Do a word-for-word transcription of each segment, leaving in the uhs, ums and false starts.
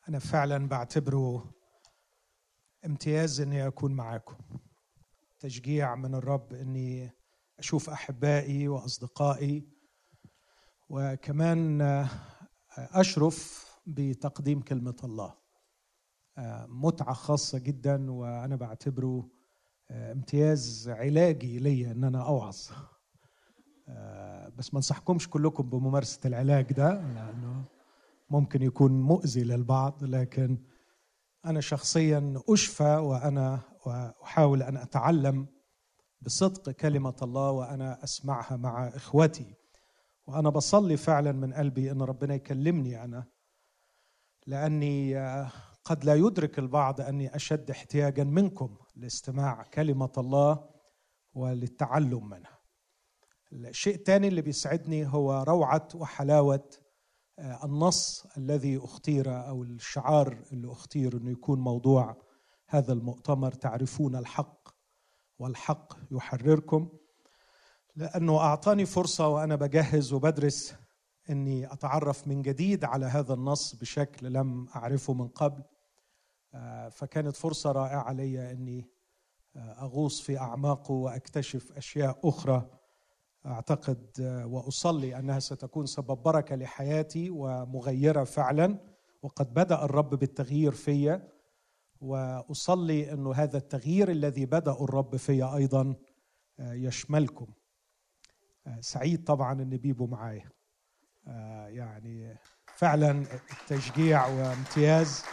أنا فعلا بعتبره امتياز أني أكون معاكم، تشجيع من الرب أني أشوف أحبائي وأصدقائي، وكمان أشرف بتقديم كلمة الله. متعة خاصة جدا، وأنا بعتبره امتياز علاجي لي أن أنا أوعظ. بس ما انصحكمش كلكم بممارسة العلاج ده لأنه ممكن يكون مؤذي للبعض، لكن أنا شخصيا أشفى وأنا أحاول أن أتعلم بصدق كلمة الله وأنا أسمعها مع إخوتي. وأنا بصلي فعلا من قلبي أن ربنا يكلمني أنا، لأني قد لا يدرك البعض أني أشد احتياجا منكم لاستماع كلمة الله وللتعلم منها. الشيء الثاني اللي بيسعدني هو روعة وحلاوة النص الذي اختير أو الشعار اللي اختير أنه يكون موضوع هذا المؤتمر: تعرفون الحق والحق يحرركم. لأنه أعطاني فرصة وأنا بجهز وبدرس أني أتعرف من جديد على هذا النص بشكل لم أعرفه من قبل، فكانت فرصة رائعة لي أني أغوص في أعماقه وأكتشف أشياء أخرى. أعتقد وأصلي أنها ستكون سبب بركة لحياتي ومغيرة فعلا، وقد بدأ الرب بالتغيير فيا، وأصلي أنه هذا التغيير الذي بدأ الرب فيا أيضا يشملكم. سعيد طبعا أن بيبو معايا، يعني فعلا التشجيع وامتياز،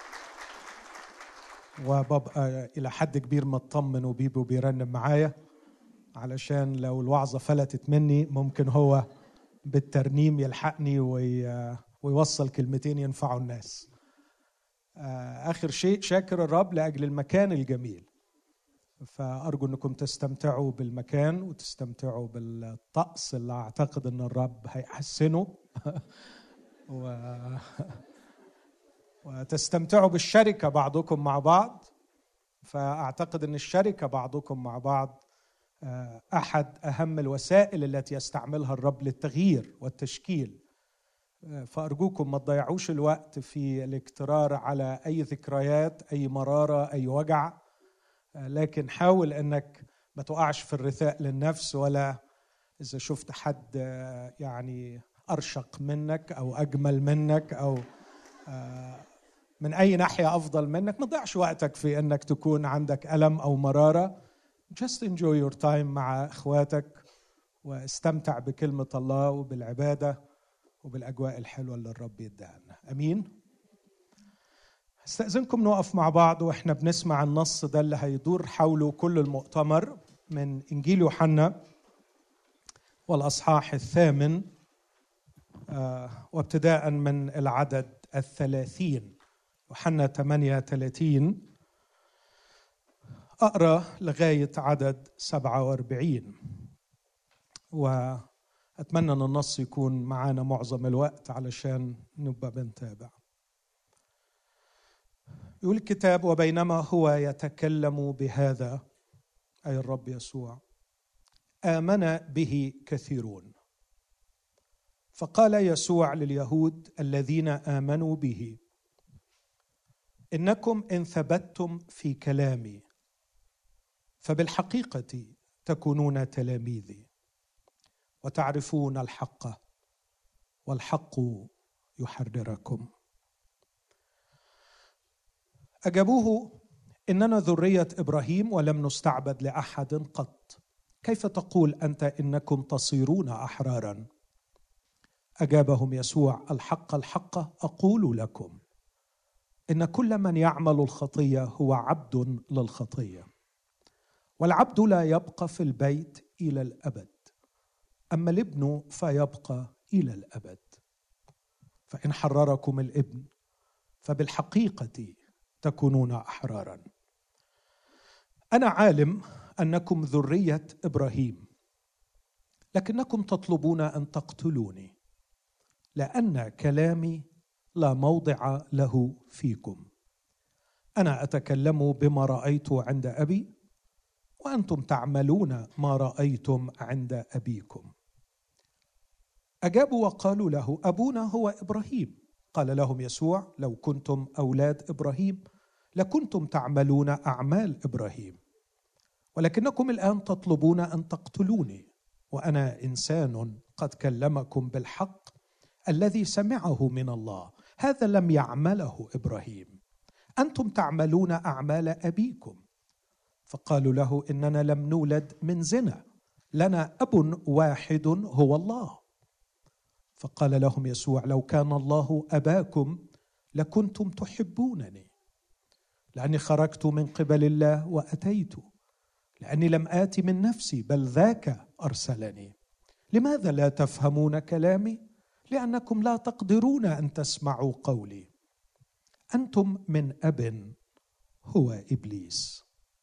وببقى إلى حد كبير مطمن وبيبو بيرنم معايا، علشان لو الوعظة فلتت مني ممكن هو بالترنيم يلحقني ويوصل كلمتين ينفعوا الناس. آخر شيء شاكر الرب لأجل المكان الجميل، فأرجو أنكم تستمتعوا بالمكان وتستمتعوا بالطقس اللي أعتقد أن الرب هيحسنه و... وتستمتعوا بالشركة بعضكم مع بعض. فأعتقد أن الشركة بعضكم مع بعض أحد أهم الوسائل التي يستعملها الرب للتغيير والتشكيل. فأرجوكم ما تضيعوش الوقت في الاكترار على أي ذكريات، أي مرارة، أي وجع، لكن حاول أنك ما تقعش في الرثاء للنفس، ولا إذا شفت حد يعني أرشق منك أو أجمل منك أو من أي ناحية أفضل منك، ما تضيعش وقتك في أنك تكون عندك ألم أو مرارة. Just enjoy your time مع إخواتك واستمتع بكلمة الله وبالعبادة وبالأجواء الحلوة اللي الرب يديها لنا. أمين. استأذنكم نقف مع بعض وإحنا بنسمع النص ده اللي هيدور حوله كل المؤتمر من إنجيل يوحنا والأصحاح الثامن وابتداء من العدد الثلاثين. يوحنا ثمانية ثلاثين أقرأ لغاية عدد سبعة وأربعين، وأتمنى أن النص يكون معنا معظم الوقت علشان نبقى بنتابع. يقول الكتاب: وبينما هو يتكلم بهذا، أي الرب يسوع، آمن به كثيرون. فقال يسوع لليهود الذين آمنوا به: إنكم إن ثبتتم في كلامي فبالحقيقة تكونون تلاميذي، وتعرفون الحق والحق يحرركم. أجابوه: إننا ذرية إبراهيم ولم نستعبد لأحد قط، كيف تقول أنت إنكم تصيرون أحرارا؟ أجابهم يسوع: الحق الحق أقول لكم، إن كل من يعمل الخطية هو عبد للخطية، والعبد لا يبقى في البيت إلى الأبد، أما الابن فيبقى إلى الأبد. فإن حرركم الابن فبالحقيقة تكونون أحرارا. أنا عالم أنكم ذرية إبراهيم، لكنكم تطلبون أن تقتلوني، لأن كلامي لا موضع له فيكم. أنا أتكلم بما رأيت عند أبي، وأنتم تعملون ما رأيتم عند أبيكم. أجابوا وقالوا له: أبونا هو إبراهيم. قال لهم يسوع: لو كنتم أولاد إبراهيم لكنتم تعملون أعمال إبراهيم، ولكنكم الآن تطلبون أن تقتلوني وأنا إنسان قد كلمكم بالحق الذي سمعه من الله، هذا لم يعمله إبراهيم، أنتم تعملون أعمال أبيكم. فقالوا له: إننا لم نولد من زنا، لنا أب واحد هو الله. فقال لهم يسوع: لو كان الله أباكم لكنتم تحبونني، لأني خرجت من قبل الله وأتيت، لأني لم آتي من نفسي بل ذاك أرسلني. لماذا لا تفهمون كلامي؟ لأنكم لا تقدرون أن تسمعوا قولي. أنتم من أب هو إبليس،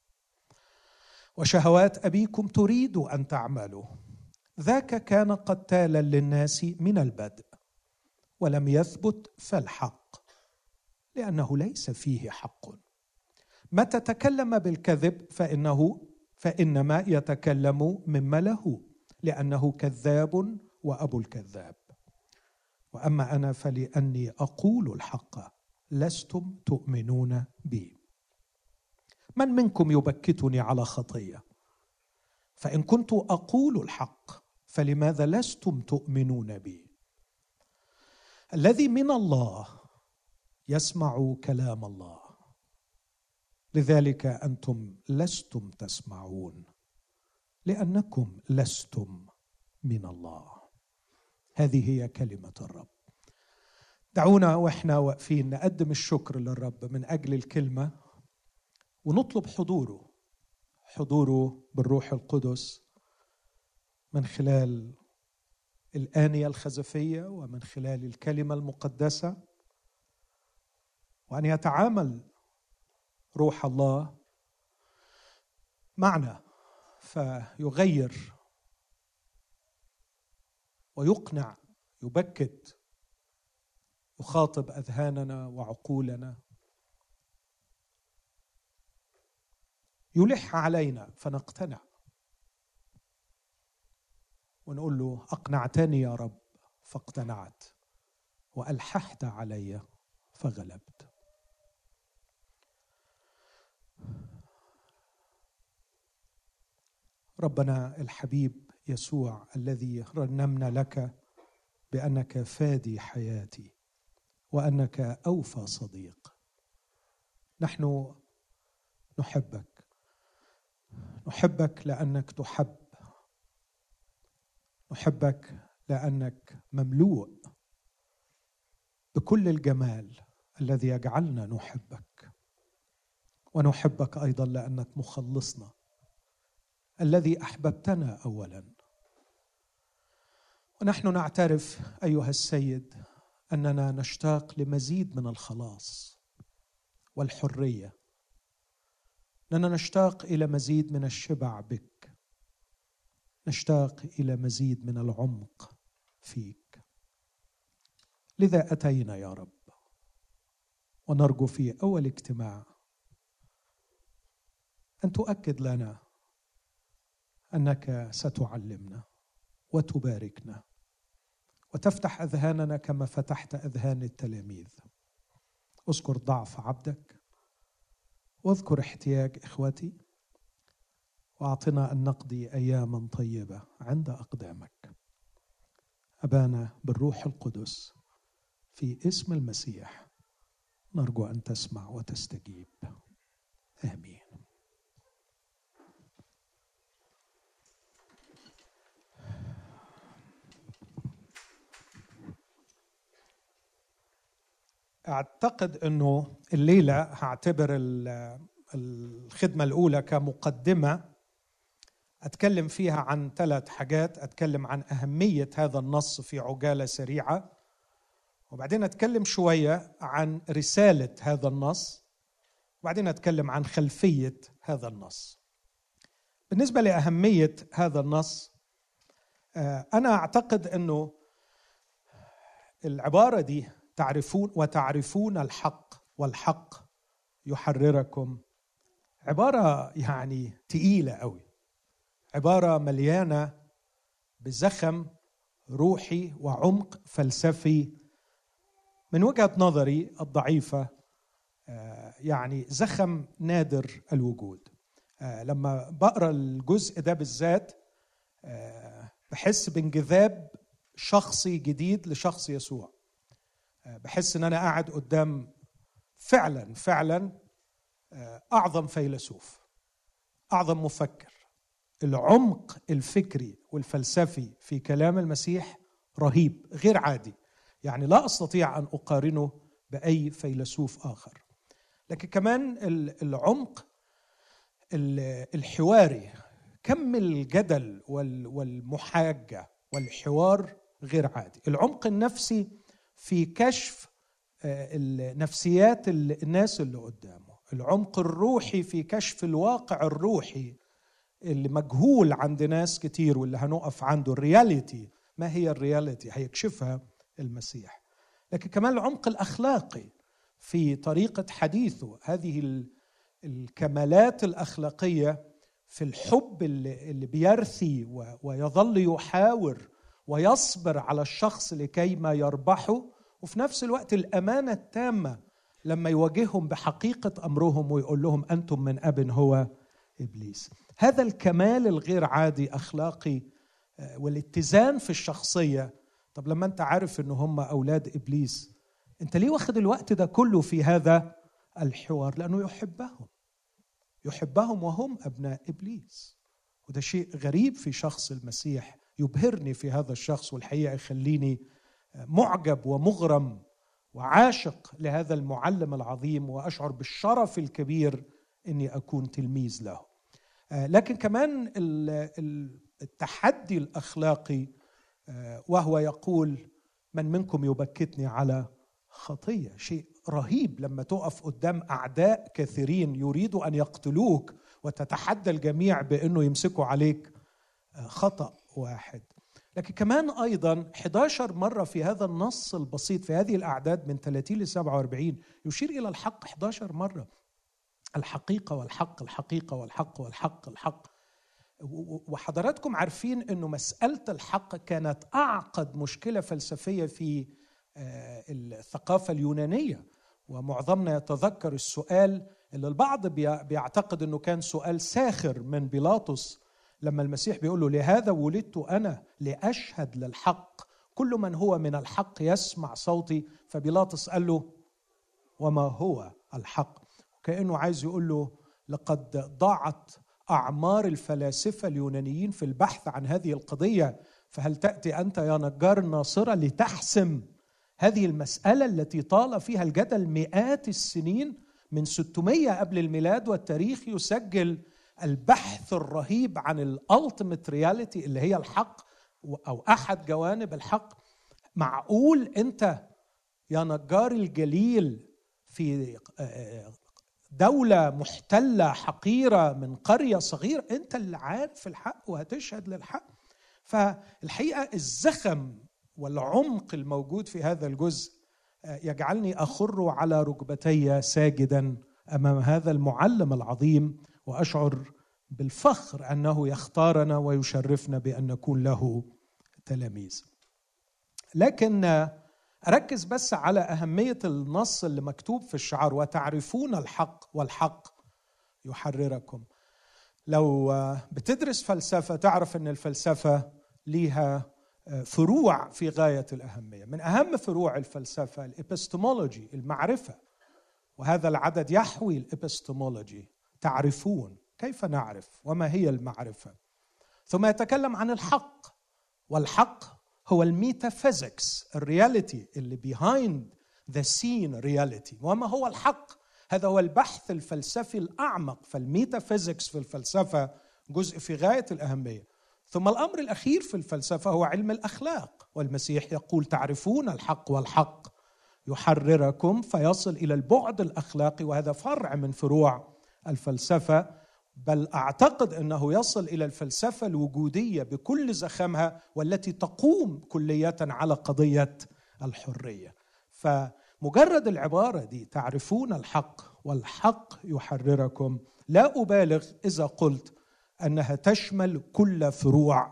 وشهوات أبيكم تريد أن تعملوا، ذاك كان قتالا للناس من البدء، ولم يثبت فالحق لأنه ليس فيه حق. متى تكلم بالكذب فإنه فإنما يتكلم مما له، لأنه كذاب وأبو الكذاب. وأما أنا فلأني أقول الحق لستم تؤمنون بي. من منكم يبكتني على خطية؟ فإن كنت أقول الحق فلماذا لستم تؤمنون بي؟ الذي من الله يسمع كلام الله، لذلك أنتم لستم تسمعون لأنكم لستم من الله. هذه هي كلمة الرب. دعونا وإحنا واقفين نقدم الشكر للرب من أجل الكلمة، ونطلب حضوره حضوره بالروح القدس من خلال الآنية الخزفية ومن خلال الكلمة المقدسة، وأن يتعامل روح الله معنا فيغير ويقنع، يبكت، يخاطب أذهاننا وعقولنا، يلح علينا فنقتنع ونقول له: أقنعتني يا رب فاقتنعت، وألححت علي فغلبت. ربنا الحبيب يسوع الذي رنمنا لك بأنك فادي حياتي وأنك أوفى صديق، نحن نحبك، نحبك لأنك تحب، نحبك لأنك مملوء بكل الجمال الذي يجعلنا نحبك، ونحبك أيضا لأنك مخلصنا الذي أحببتنا أولا. ونحن نعترف أيها السيد أننا نشتاق لمزيد من الخلاص والحرية، أننا نشتاق إلى مزيد من الشبع بك، نشتاق إلى مزيد من العمق فيك. لذا أتينا يا رب، ونرجو في أول اجتماع أن تؤكد لنا أنك ستعلمنا وتباركنا وتفتح أذهاننا كما فتحت أذهان التلاميذ. اذكر ضعف عبدك واذكر احتياج إخوتي، وأعطنا أن نقضي أياما طيبة عند أقدامك. أبانا بالروح القدس في اسم المسيح نرجو أن تسمع وتستجيب، آمين. أعتقد أنه الليلة هعتبر الخدمة الأولى كمقدمة أتكلم فيها عن ثلاث حاجات. أتكلم عن أهمية هذا النص في عجالة سريعة، وبعدين أتكلم شوية عن رسالة هذا النص، وبعدين أتكلم عن خلفية هذا النص. بالنسبة لأهمية هذا النص، أنا أعتقد أنه العبارة دي تعرفون وتعرفون الحق والحق يحرركم، عبارة يعني تقيلة قوي، عبارة مليانة بزخم روحي وعمق فلسفي من وجهة نظري الضعيفة يعني زخم نادر الوجود. لما بقرأ الجزء ده بالذات بحس بانجذاب شخصي جديد لشخص يسوع. بحس ان انا قاعد قدام فعلا فعلا اعظم فيلسوف، اعظم مفكر. العمق الفكري والفلسفي في كلام المسيح رهيب غير عادي، يعني لا استطيع ان اقارنه باي فيلسوف اخر. لكن كمان العمق الحواري، كم الجدل والمحاجة والحوار غير عادي. العمق النفسي في كشف النفسيات الناس اللي قدامه. العمق الروحي في كشف الواقع الروحي اللي مجهول عند ناس كتير واللي هنقف عنده. الرياليتي، ما هي الرياليتي؟ هيكشفها المسيح. لكن كمان العمق الأخلاقي في طريقة حديثه، هذه الكمالات الأخلاقية في الحب اللي بيرثي ويظل يحاور ويصبر على الشخص لكي ما يربحه، وفي نفس الوقت الأمانة التامة لما يواجههم بحقيقة أمرهم ويقول لهم أنتم من أب هو إبليس. هذا الكمال الغير عادي أخلاقي والاتزان في الشخصية. طب لما أنت عارف أنه هم أولاد إبليس، أنت ليه واخد الوقت ده كله في هذا الحوار؟ لأنه يحبهم يحبهم وهم أبناء إبليس. وده شيء غريب في شخص المسيح، يبهرني في هذا الشخص، والحقيقة يخليني معجب ومغرم وعاشق لهذا المعلم العظيم، وأشعر بالشرف الكبير أني أكون تلميذ له. لكن كمان التحدي الأخلاقي، وهو يقول من منكم يبكتني على خطية. شيء رهيب لما تقف قدام أعداء كثيرين يريدوا أن يقتلوك وتتحدى الجميع بأنه يمسكوا عليك خطأ واحد. لكن كمان أيضا إحدى عشرة مرة في هذا النص البسيط في هذه الأعداد من ثلاثين ل سبعة وأربعين يشير إلى الحق إحدى عشرة مرة. الحقيقة والحق، الحقيقة والحق والحق الحق. وحضراتكم عارفين أنه مسألة الحق كانت أعقد مشكلة فلسفية في الثقافة اليونانية، ومعظمنا يتذكر السؤال اللي البعض بيعتقد أنه كان سؤال ساخر من بيلاطس لما المسيح بيقول له لهذا ولدت أنا لأشهد للحق، كل من هو من الحق يسمع صوتي. فبيلاطس قال له وما هو الحق؟ كأنه عايز يقول له لقد ضاعت أعمار الفلاسفة اليونانيين في البحث عن هذه القضية، فهل تأتي أنت يا نجار الناصرة لتحسم هذه المسألة التي طال فيها الجدل مئات السنين؟ من ستمائة قبل الميلاد، والتاريخ يسجل البحث الرهيب عن الألتيميت رياليتي اللي هي الحق أو أحد جوانب الحق. معقول أنت يا نجار الجليل في دولة محتلة حقيرة من قرية صغيرة، أنت اللي عارف الحق وهتشهد للحق؟ فالحقيقة الزخم والعمق الموجود في هذا الجزء يجعلني أخر على ركبتي ساجدا أمام هذا المعلم العظيم، وأشعر بالفخر أنه يختارنا ويشرفنا بأن نكون له تلاميذ. لكن أركز بس على أهمية النص اللي مكتوب في الشعار وتعرفون الحق والحق يحرركم. لو بتدرس فلسفة تعرف أن الفلسفة ليها فروع في غاية الأهمية. من أهم فروع الفلسفة الإبستمولوجي، المعرفة، وهذا العدد يحوي الإبستمولوجي. تعرفون، كيف نعرف وما هي المعرفة؟ ثم يتكلم عن الحق، والحق هو الميتافيزيكس، الرياليتي اللي behind the scene reality. وما هو الحق؟ هذا هو البحث الفلسفي الأعمق. فالميتافيزيكس في الفلسفة جزء في غاية الأهمية. ثم الأمر الأخير في الفلسفة هو علم الأخلاق، والمسيح يقول تعرفون الحق والحق يحرركم، فيصل إلى البعد الأخلاقي، وهذا فرع من فروع الفلسفة. بل أعتقد أنه يصل إلى الفلسفة الوجودية بكل زخمها، والتي تقوم كلية على قضية الحرية. فمجرد العبارة دي تعرفون الحق والحق يحرركم، لا أبالغ إذا قلت أنها تشمل كل فروع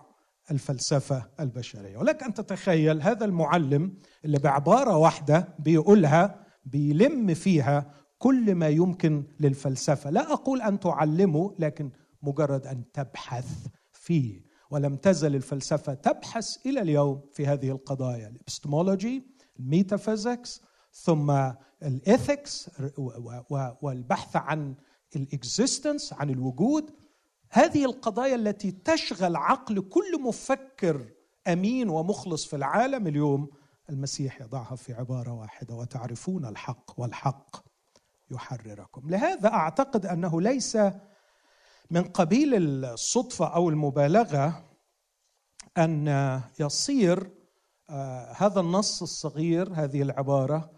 الفلسفة البشرية. ولك أن تتخيل هذا المعلم اللي بعبارة واحدة بيقولها بيلم فيها كل ما يمكن للفلسفة. لا أقول أن تعلمه، لكن مجرد أن تبحث فيه. ولم تزل الفلسفة تبحث إلى اليوم في هذه القضايا: الإبستمولوجي، الميتافيزيكس، ثم الإيثكس، والبحث عن الإكزيستنس، عن الوجود. هذه القضايا التي تشغل عقل كل مفكر أمين ومخلص في العالم اليوم، المسيح يضعها في عبارة واحدة: وتعرفون الحق والحق يحرركم. لهذا أعتقد أنه ليس من قبيل الصدفة أو المبالغة أن يصير هذا النص الصغير، هذه العبارة،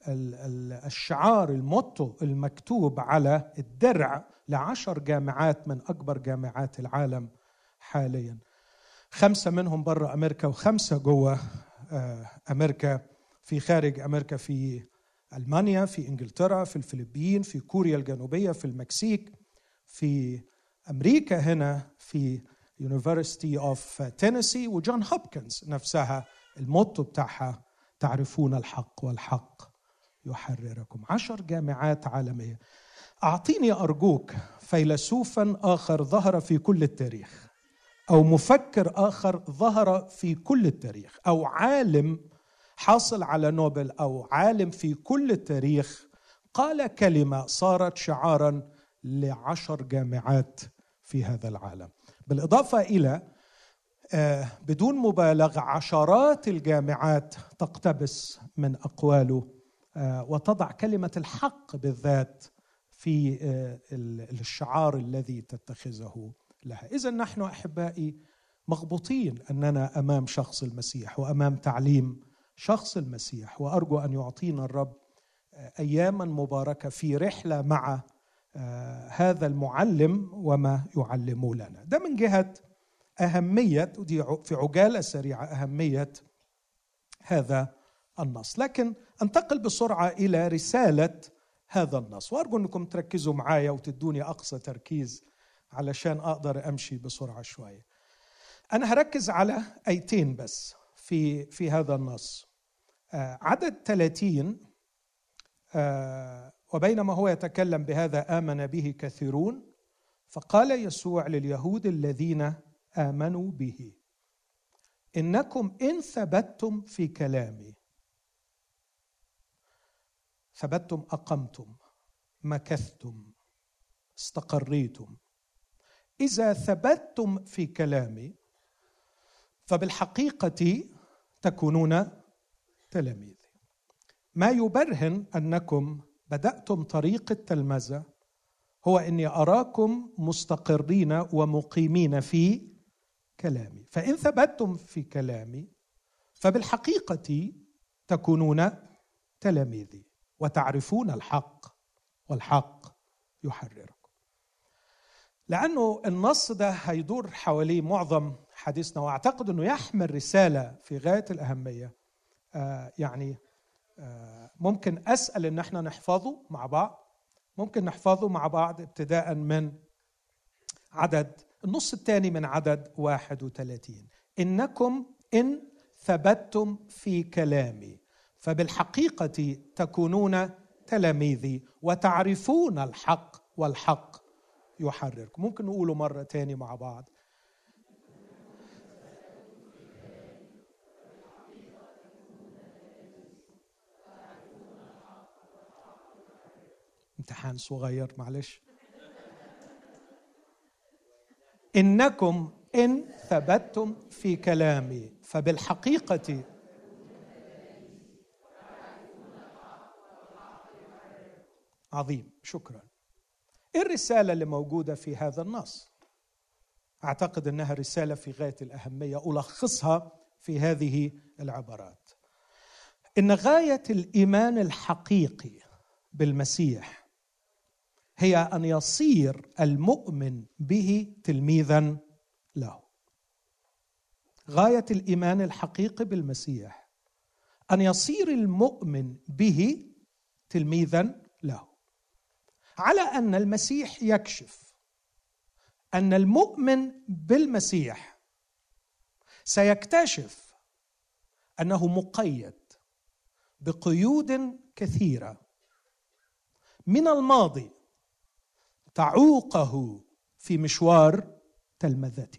الشعار، الموتو المكتوب على الدرع لعشر جامعات من أكبر جامعات العالم حاليا. خمسة منهم برا أمريكا وخمسة جوه أمريكا، في خارج أمريكا، في ألمانيا، في إنجلترا، في الفلبين، في كوريا الجنوبية، في المكسيك، في أمريكا هنا في University of Tennessee، وجون هوبكنز نفسها الموتو بتاعها: تعرفون الحق والحق يحرركم. عشر جامعات عالمية. أعطيني أرجوك فيلسوفا آخر ظهر في كل التاريخ، أو مفكر آخر ظهر في كل التاريخ، أو عالم حاصل على نوبل، أو عالم في كل التاريخ قال كلمة صارت شعارا لعشر جامعات في هذا العالم. بالإضافة إلى بدون مبالغة عشرات الجامعات تقتبس من أقواله وتضع كلمة الحق بالذات في الشعار الذي تتخذه لها. إذن نحن أحبائي مغبوطين أننا أمام شخص المسيح وأمام تعليم شخص المسيح، وأرجو أن يعطينا الرب أياما مباركة في رحلة مع هذا المعلم وما يعلمه لنا. ده من جهة أهمية، ودي في عجالة سريعة، أهمية هذا النص. لكن أنتقل بسرعة إلى رسالة هذا النص، وأرجو أنكم تركزوا معايا وتدوني أقصى تركيز علشان أقدر أمشي بسرعة شوية. أنا هركز على آيتين بس في في هذا النص. آه عدد ثلاثين: آه وبينما هو يتكلم بهذا آمن به كثيرون، فقال يسوع لليهود الذين آمنوا به: إنكم إن ثبتتم في كلامي، ثبتتم، أقمتم، مكثتم، استقريتم، إذا ثبتتم في كلامي فبالحقيقة تكونون تلاميذي. ما يبرهن أنكم بدأتم طريق التلمذة هو أني أراكم مستقرين ومقيمين في كلامي. فإن ثبتتم في كلامي فبالحقيقة تكونون تلاميذي وتعرفون الحق والحق يحرركم. لأنه النص ده هيدور حواليه معظم حديثنا، وأعتقد أنه يحمل رسالة في غاية الأهمية. آه يعني آه ممكن أسأل أن احنا نحفظه مع بعض، ممكن نحفظه مع بعض ابتداء من عدد النص الثاني من عدد واحد وثلاثين: إنكم إن ثبتتم في كلامي فبالحقيقة تكونون تلاميذي وتعرفون الحق والحق يحرركم. ممكن نقوله مرة تاني مع بعض: امتحان صغير معلش. إنكم إن ثبتتم في كلامي فبالحقيقة. عظيم، شكرا. إيه الرسالة اللي موجودة في هذا النص؟ أعتقد أنها رسالة في غاية الأهمية، ألخصها في هذه العبارات: إن غاية الإيمان الحقيقي بالمسيح هي أن يصير المؤمن به تلميذا له. غاية الإيمان الحقيقي بالمسيح أن يصير المؤمن به تلميذا له، على أن المسيح يكشف أن المؤمن بالمسيح سيكتشف أنه مقيد بقيود كثيرة من الماضي تعوقه في مشوار تلمذته،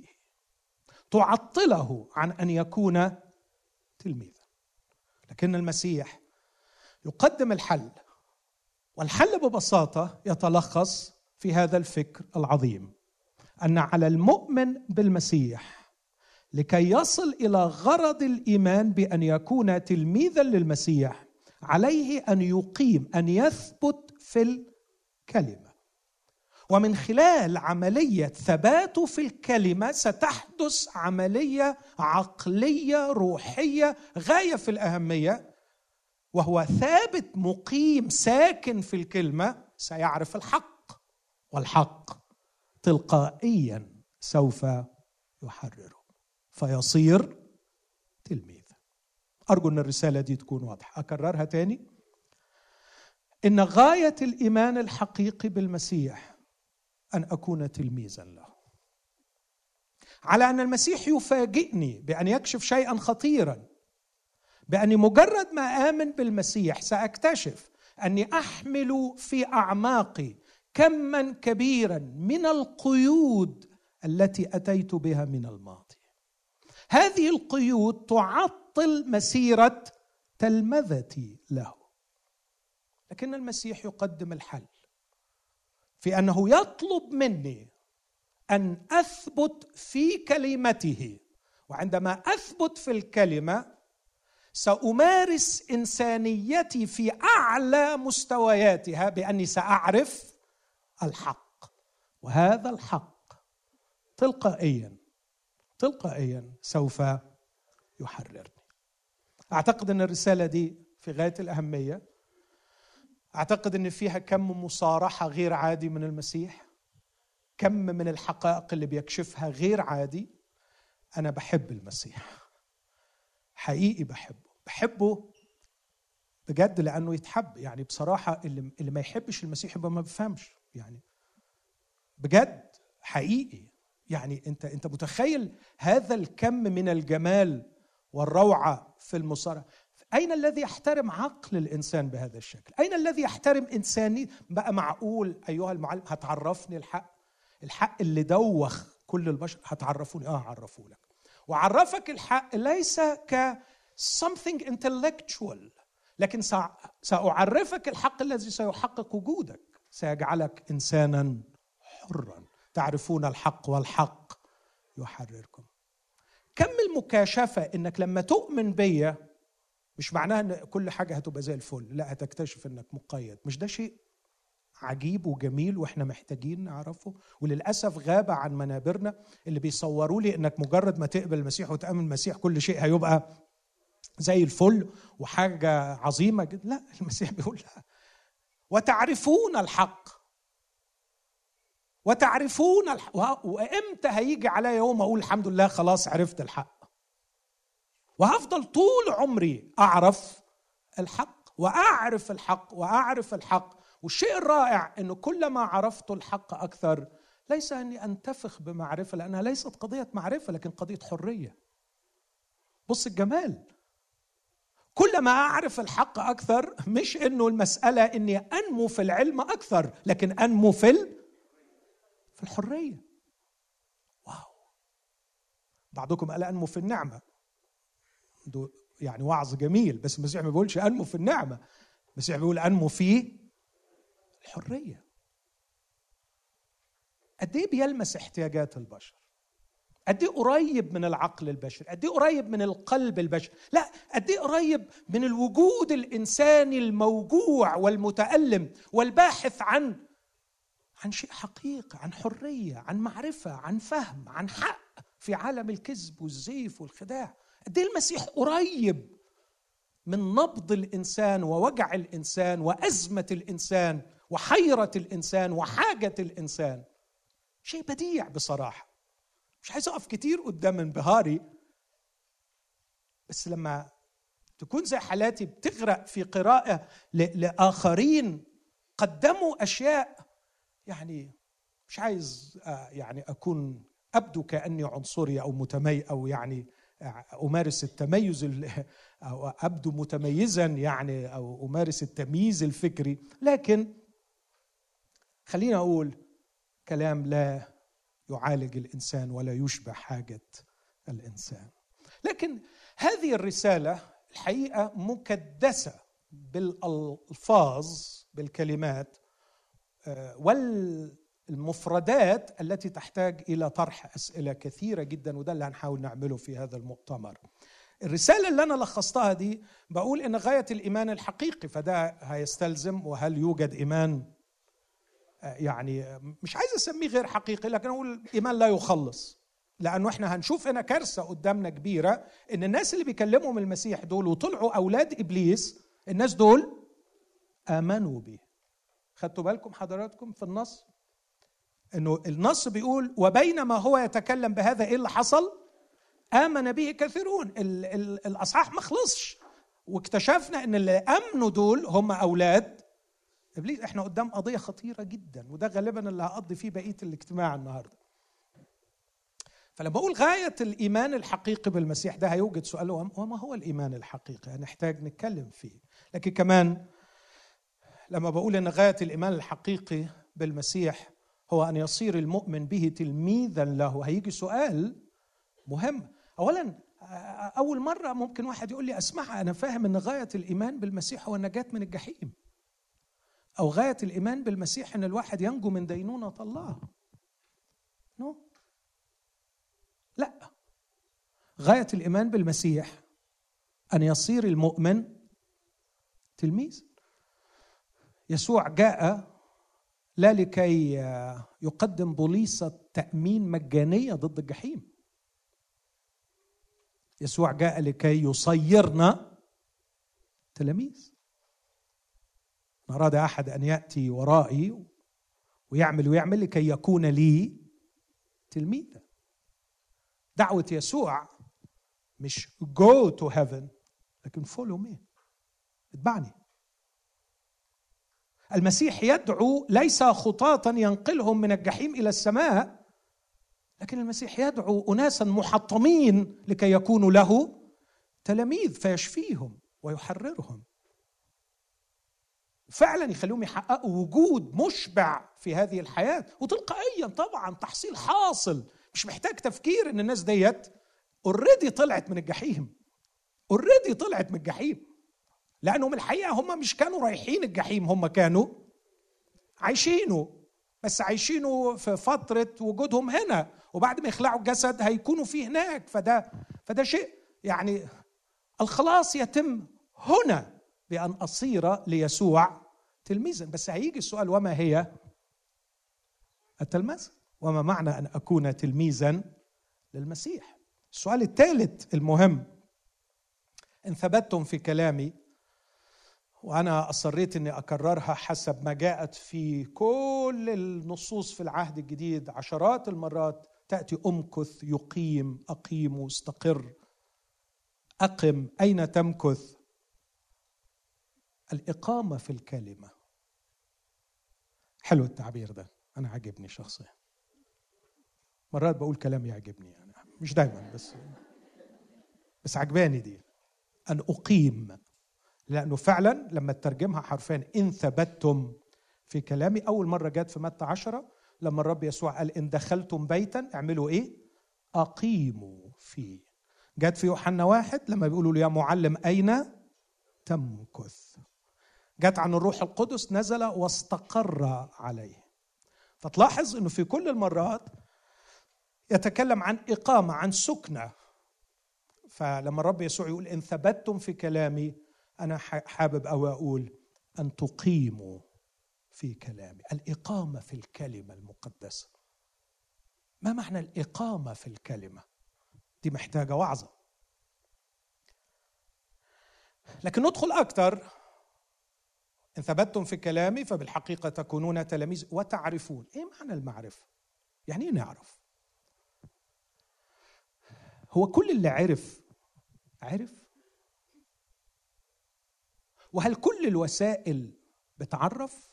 تعطله عن أن يكون تلميذا. لكن المسيح يقدم الحل، والحل ببساطة يتلخص في هذا الفكر العظيم، أن على المؤمن بالمسيح لكي يصل إلى غرض الإيمان بأن يكون تلميذا للمسيح عليه أن يقيم، أن يثبت في الكلمة. ومن خلال عملية ثباته في الكلمة ستحدث عملية عقلية روحية غاية في الأهمية، وهو ثابت مقيم ساكن في الكلمة سيعرف الحق، والحق تلقائيا سوف يحرره فيصير تلميذ. أرجو أن الرسالة دي تكون واضحة. أكررها تاني، إن غاية الإيمان الحقيقي بالمسيح أن أكون تلميذا له، على أن المسيح يفاجئني بأن يكشف شيئا خطيرا، بأني مجرد ما آمن بالمسيح سأكتشف أني أحمل في أعماقي كما كبيرا من القيود التي أتيت بها من الماضي. هذه القيود تعطل مسيرة تلمذتي له، لكن المسيح يقدم الحل في أنه يطلب مني أن أثبت في كلمته، وعندما أثبت في الكلمة سأمارس إنسانيتي في أعلى مستوياتها بأني سأعرف الحق، وهذا الحق تلقائيا تلقائيا سوف يحررني. أعتقد أن الرسالة دي في غاية الأهمية. أعتقد أن فيها كم مصارحة غير عادي من المسيح، كم من الحقائق اللي بيكشفها غير عادي. أنا بحب المسيح حقيقي، بحبه بحبه بجد لأنه يتحب. يعني بصراحة اللي, اللي ما يحبش المسيح يبقى ما بفهمش، يعني بجد حقيقي. يعني أنت أنت متخيل هذا الكم من الجمال والروعة في المصارعة؟ أين الذي يحترم عقل الإنسان بهذا الشكل؟ أين الذي يحترم إنساني؟ بقى معقول أيها المعلم هتعرفني الحق؟ الحق اللي دوخ كل البشر هتعرفوني؟ آه عرفوا لك. وعرفك الحق ليس ك something intellectual، لكن سأعرفك الحق الذي سيحقق وجودك، سيجعلك إنسانا حرا. تعرفون الحق والحق يحرركم. كم المكاشفة إنك لما تؤمن بيا مش معناها إن كل حاجة هتبقى زي الفل، لا، هتكتشف إنك مقيد. مش ده شيء عجيب وجميل وإحنا محتاجين نعرفه؟ وللأسف غاب عن منابرنا اللي بيصوروا لي إنك مجرد ما تقبل المسيح وتأمن المسيح كل شيء هيبقى زي الفل وحاجة عظيمة جدا. لا، المسيح بيقول لا. وتعرفون الحق وتعرفون الحق. وإمتى هيجي علي يوم أقول الحمد لله خلاص عرفت الحق؟ وهفضل طول عمري أعرف الحق وأعرف الحق وأعرف الحق. والشيء الرائع أنه كلما عرفت الحق أكثر، ليس أني أنتفخ بمعرفة، لأنها ليست قضية معرفة لكن قضية حرية. بص الجمال، كلما أعرف الحق أكثر، مش أنه المسألة أني أنمو في العلم أكثر، لكن أنمو في في الحرية. واو. بعضكم قال أنمو في النعمة، يعني وعظ جميل، بس المسيح ما بيقولش أنمو في النعمة، المسيح بيقول أنمو في الحرية. قد ايه بيلمس احتياجات البشر، قد ايه قريب من العقل البشري، قد ايه قريب من القلب البشري، لا قد ايه قريب من الوجود الإنساني الموجوع والمتألم والباحث عن عن شيء حقيقي، عن حرية، عن معرفة، عن فهم، عن حق في عالم الكذب والزيف والخداع. قد ايه المسيح قريب من نبض الإنسان ووجع الإنسان وأزمة الإنسان وحيرة الإنسان وحاجة الإنسان. شيء بديع بصراحة، مش عايز أقف كتير قدام انبهاري، بس لما تكون زي حالاتي بتغرق في قراءة لآخرين قدموا أشياء، يعني مش عايز يعني أكون أبدو كأني عنصري أو متمي أو يعني أمارس التميز أو أبدو متميزا يعني، أو أمارس التمييز الفكري، لكن خلينا أقول كلام لا يعالج الإنسان ولا يشبع حاجة الإنسان. لكن هذه الرسالة الحقيقة مكدسة بالألفاظ، بالكلمات والمفردات التي تحتاج إلى طرح أسئلة كثيرة جدا، وده اللي هنحاول نعمله في هذا المؤتمر. الرسالة اللي أنا لخصتها دي بقول إن غاية الإيمان الحقيقي، فده هيستلزم وهل يوجد إيمان يعني مش عايز أسميه غير حقيقي، لكن أقول إيمان لا يخلص، لأنه إحنا هنشوف هنا كارثة قدامنا كبيرة، إن الناس اللي بيكلمهم المسيح دول وطلعوا أولاد إبليس، الناس دول آمنوا به. خدتوا بالكم حضراتكم في النص إنه النص بيقول وبينما هو يتكلم بهذا إيه اللي حصل؟ آمن به كثيرون. ال- ال- الأصحاح ما خلصش، واكتشفنا إن اللي آمنوا دول هم أولاد إبليس. إحنا قدام قضية خطيرة جدا، وده غالبا اللي هقضي فيه بقية الاجتماع النهاردة. فلما أقول غاية الإيمان الحقيقي بالمسيح، ده هيوجد سؤال وما هو الإيمان الحقيقي؟ هنحتاج نتكلم فيه. لكن كمان لما بقول إن غاية الإيمان الحقيقي بالمسيح هو أن يصير المؤمن به تلميذا له، هيجي سؤال مهم. أولا، أول مرة ممكن واحد يقول لي أسمعها، أنا فاهم أن غاية الإيمان بالمسيح هو النجاة من الجحيم، أو غاية الإيمان بالمسيح أن الواحد ينجو من دينونة الله. نو no. لا، غاية الإيمان بالمسيح أن يصير المؤمن تلميذ. يسوع جاء لا لكي يقدم بوليصة تأمين مجانية ضد الجحيم، يسوع جاء لكي يصيرنا تلاميذ. أراد أحد أن يأتي ورائي ويعمل ويعمل لكي يكون لي تلميذا. دعوة يسوع مش go to heaven، لكن follow me، اتبعني. المسيح يدعو ليس خطاة ينقلهم من الجحيم إلى السماء، لكن المسيح يدعو أناسا محطمين لكي يكونوا له تلاميذ، فيشفيهم ويحررهم، فعلا يخليهم يحققوا وجود مشبع في هذه الحياة. وتلقائيا طبعا تحصيل حاصل، مش محتاج تفكير ان الناس ديت اوريدي طلعت من الجحيم، اوريدي طلعت من الجحيم، لانهم الحقيقة هم مش كانوا رايحين الجحيم، هم كانوا عايشينه، بس عايشينه في فترة وجودهم هنا، وبعد ما يخلعوا الجسد هيكونوا فيه هناك. فده فده شيء يعني الخلاص يتم هنا بأن أصير ليسوع تلميذا. بس هيجي السؤال، وما هي التلمذة؟ وما معنى أن أكون تلميذا للمسيح؟ السؤال الثالث المهم، إن ثبتتم في كلامي، وأنا أصريت أني أكررها حسب ما جاءت في كل النصوص في العهد الجديد عشرات المرات، تأتي أمكث، يقيم، أقيم، استقر، أقم. أين تمكث؟ الإقامة في الكلمة. حلو التعبير ده، أنا عجبني شخصيا. مرات بقول كلام يعجبني يعني، مش دايما، بس بس عجباني دي، أن أقيم، لأنه فعلا لما ترجمها حرفيا إن ثبتتم في كلامي. أول مرة جات في متى عشرة لما الرب يسوع قال إن دخلتم بيتا اعملوا إيه؟ أقيموا فيه. جات في يوحنا واحد لما بيقولوا له يا معلم أين تمكث. جات عن الروح القدس نزل واستقر عليه. فتلاحظ أنه في كل المرات يتكلم عن إقامة، عن سكنة. فلما الرب يسوع يقول إن ثبتتم في كلامي، أنا حابب أو أقول أن تقيموا في كلامي. الإقامة في الكلمة المقدسة. ما معنى الإقامة في الكلمة؟ دي محتاجة وعظة. لكن ندخل أكثر. إن ثبتتم في كلامي فبالحقيقة تكونون تلاميذ وتعرفون. إيه معنى المعرفة؟ يعني إيه نعرف؟ هو كل اللي عرف عرف؟ وهل كل الوسائل بتعرف؟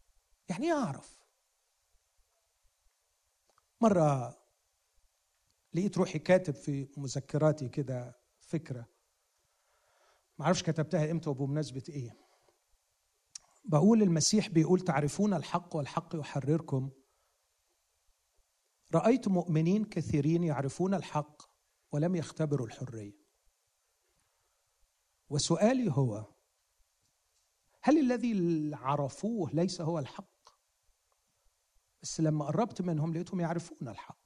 يعني ايه اعرف؟ مرة لقيت روحي كاتب في مذكراتي كده فكرة، معرفش كتبتها امتى وبمناسبة ايه. بقول المسيح بيقول تعرفون الحق والحق يحرركم. رأيت مؤمنين كثيرين يعرفون الحق ولم يختبروا الحرية. وسؤالي هو، هل الذي عرفوه ليس هو الحق؟ بس لما قربت منهم لقيتهم يعرفون الحق.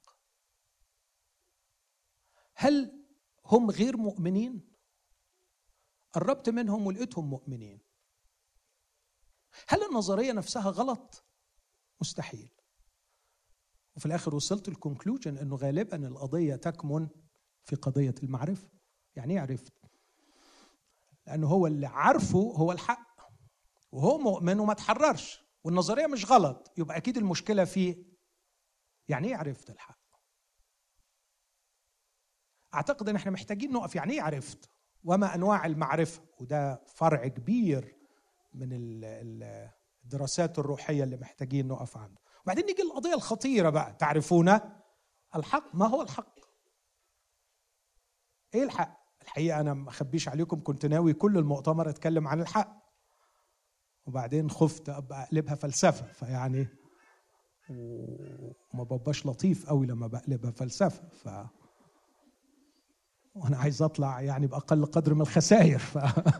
هل هم غير مؤمنين؟ قربت منهم ولقيتهم مؤمنين. هل النظرية نفسها غلط؟ مستحيل. وفي الآخر وصلت الكونكلوجن أنه غالبا القضية تكمن في قضية المعرفة. يعني ايه عرفت؟ لأنه هو اللي عارفه هو الحق، وهو مؤمن وما تحررش، والنظرية مش غلط، يبقى أكيد المشكلة فيه. يعني ايه عرفت الحق؟ أعتقد أن احنا محتاجين نقف يعني ايه عرفت؟ وما أنواع المعرفة؟ وده فرع كبير من الدراسات الروحية اللي محتاجين نقف عنده. وبعدين نيجي القضية الخطيرة بقى، تعرفون الحق. ما هو الحق؟ ايه الحق؟ الحقيقة أنا ما أخبيش عليكم كنت ناوي كل المؤتمر أتكلم عن الحق، وبعدين خفت أبقى أقلبها فلسفة، فيعني وما ببقاش لطيف قوي لما بقلبها فلسفة، ف وأنا عايز أطلع يعني بأقل قدر من الخسائر. ف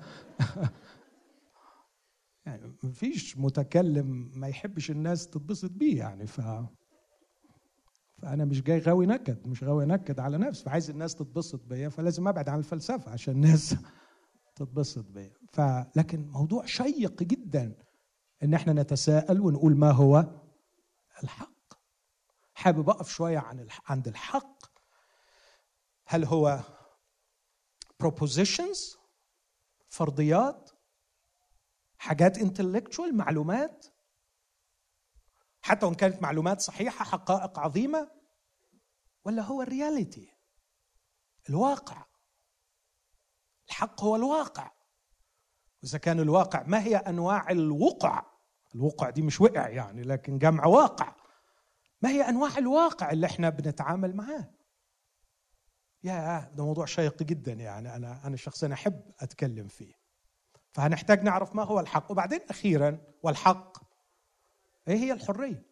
يعني مفيش متكلم ما يحبش الناس تتبسط بيه يعني. ف فأنا مش جاي غاوي نكد، مش غاوي نكد على نفسي، فعايز الناس تتبسط بيا، فلازم أبعد عن الفلسفة عشان الناس تتبسط بيا. فلكن موضوع شيق جدا إن احنا نتساءل ونقول ما هو الحق. حابب أقف شوية عن عند الحق. هل هو propositions، فرضيات، حاجات intellectual، معلومات، حتى وإن كانت معلومات صحيحة، حقائق عظيمة، ولا هو الرياليتي، الواقع؟ الحق هو الواقع. وإذا كان الواقع، ما هي أنواع الوقع؟ الوقع دي مش وقع يعني، لكن جمع واقع. ما هي أنواع الواقع اللي احنا بنتعامل معاه؟ يا ده موضوع شيق جدا يعني. أنا أنا شخصيا أحب أتكلم فيه. فهنحتاج نعرف ما هو الحق. وبعدين أخيرا، والحق ايه هي الحرية؟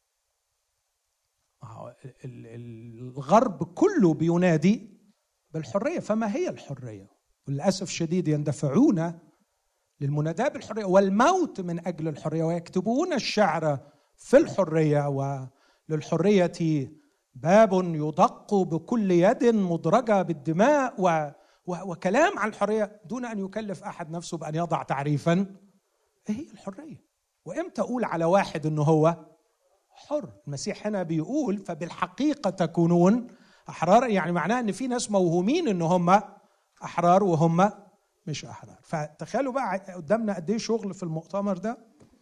الغرب كله بينادي بالحرية، فما هي الحرية؟ وللأسف الشديد يندفعون للمناداة بالحرية والموت من أجل الحرية، ويكتبون الشعر في الحرية، وللحرية باب يدق بكل يد مدرجة بالدماء، و وكلام عن الحرية دون أن يكلف أحد نفسه بأن يضع تعريفا ايه هي الحرية. وإمتى أقول على واحد أنه هو حر؟ المسيح هنا بيقول فبالحقيقة تكونون أحرار، يعني معناه أن في ناس موهومين أن هم أحرار وهم مش أحرار. فتخيلوا بقى قدامنا قد إيه شغل في المؤتمر ده.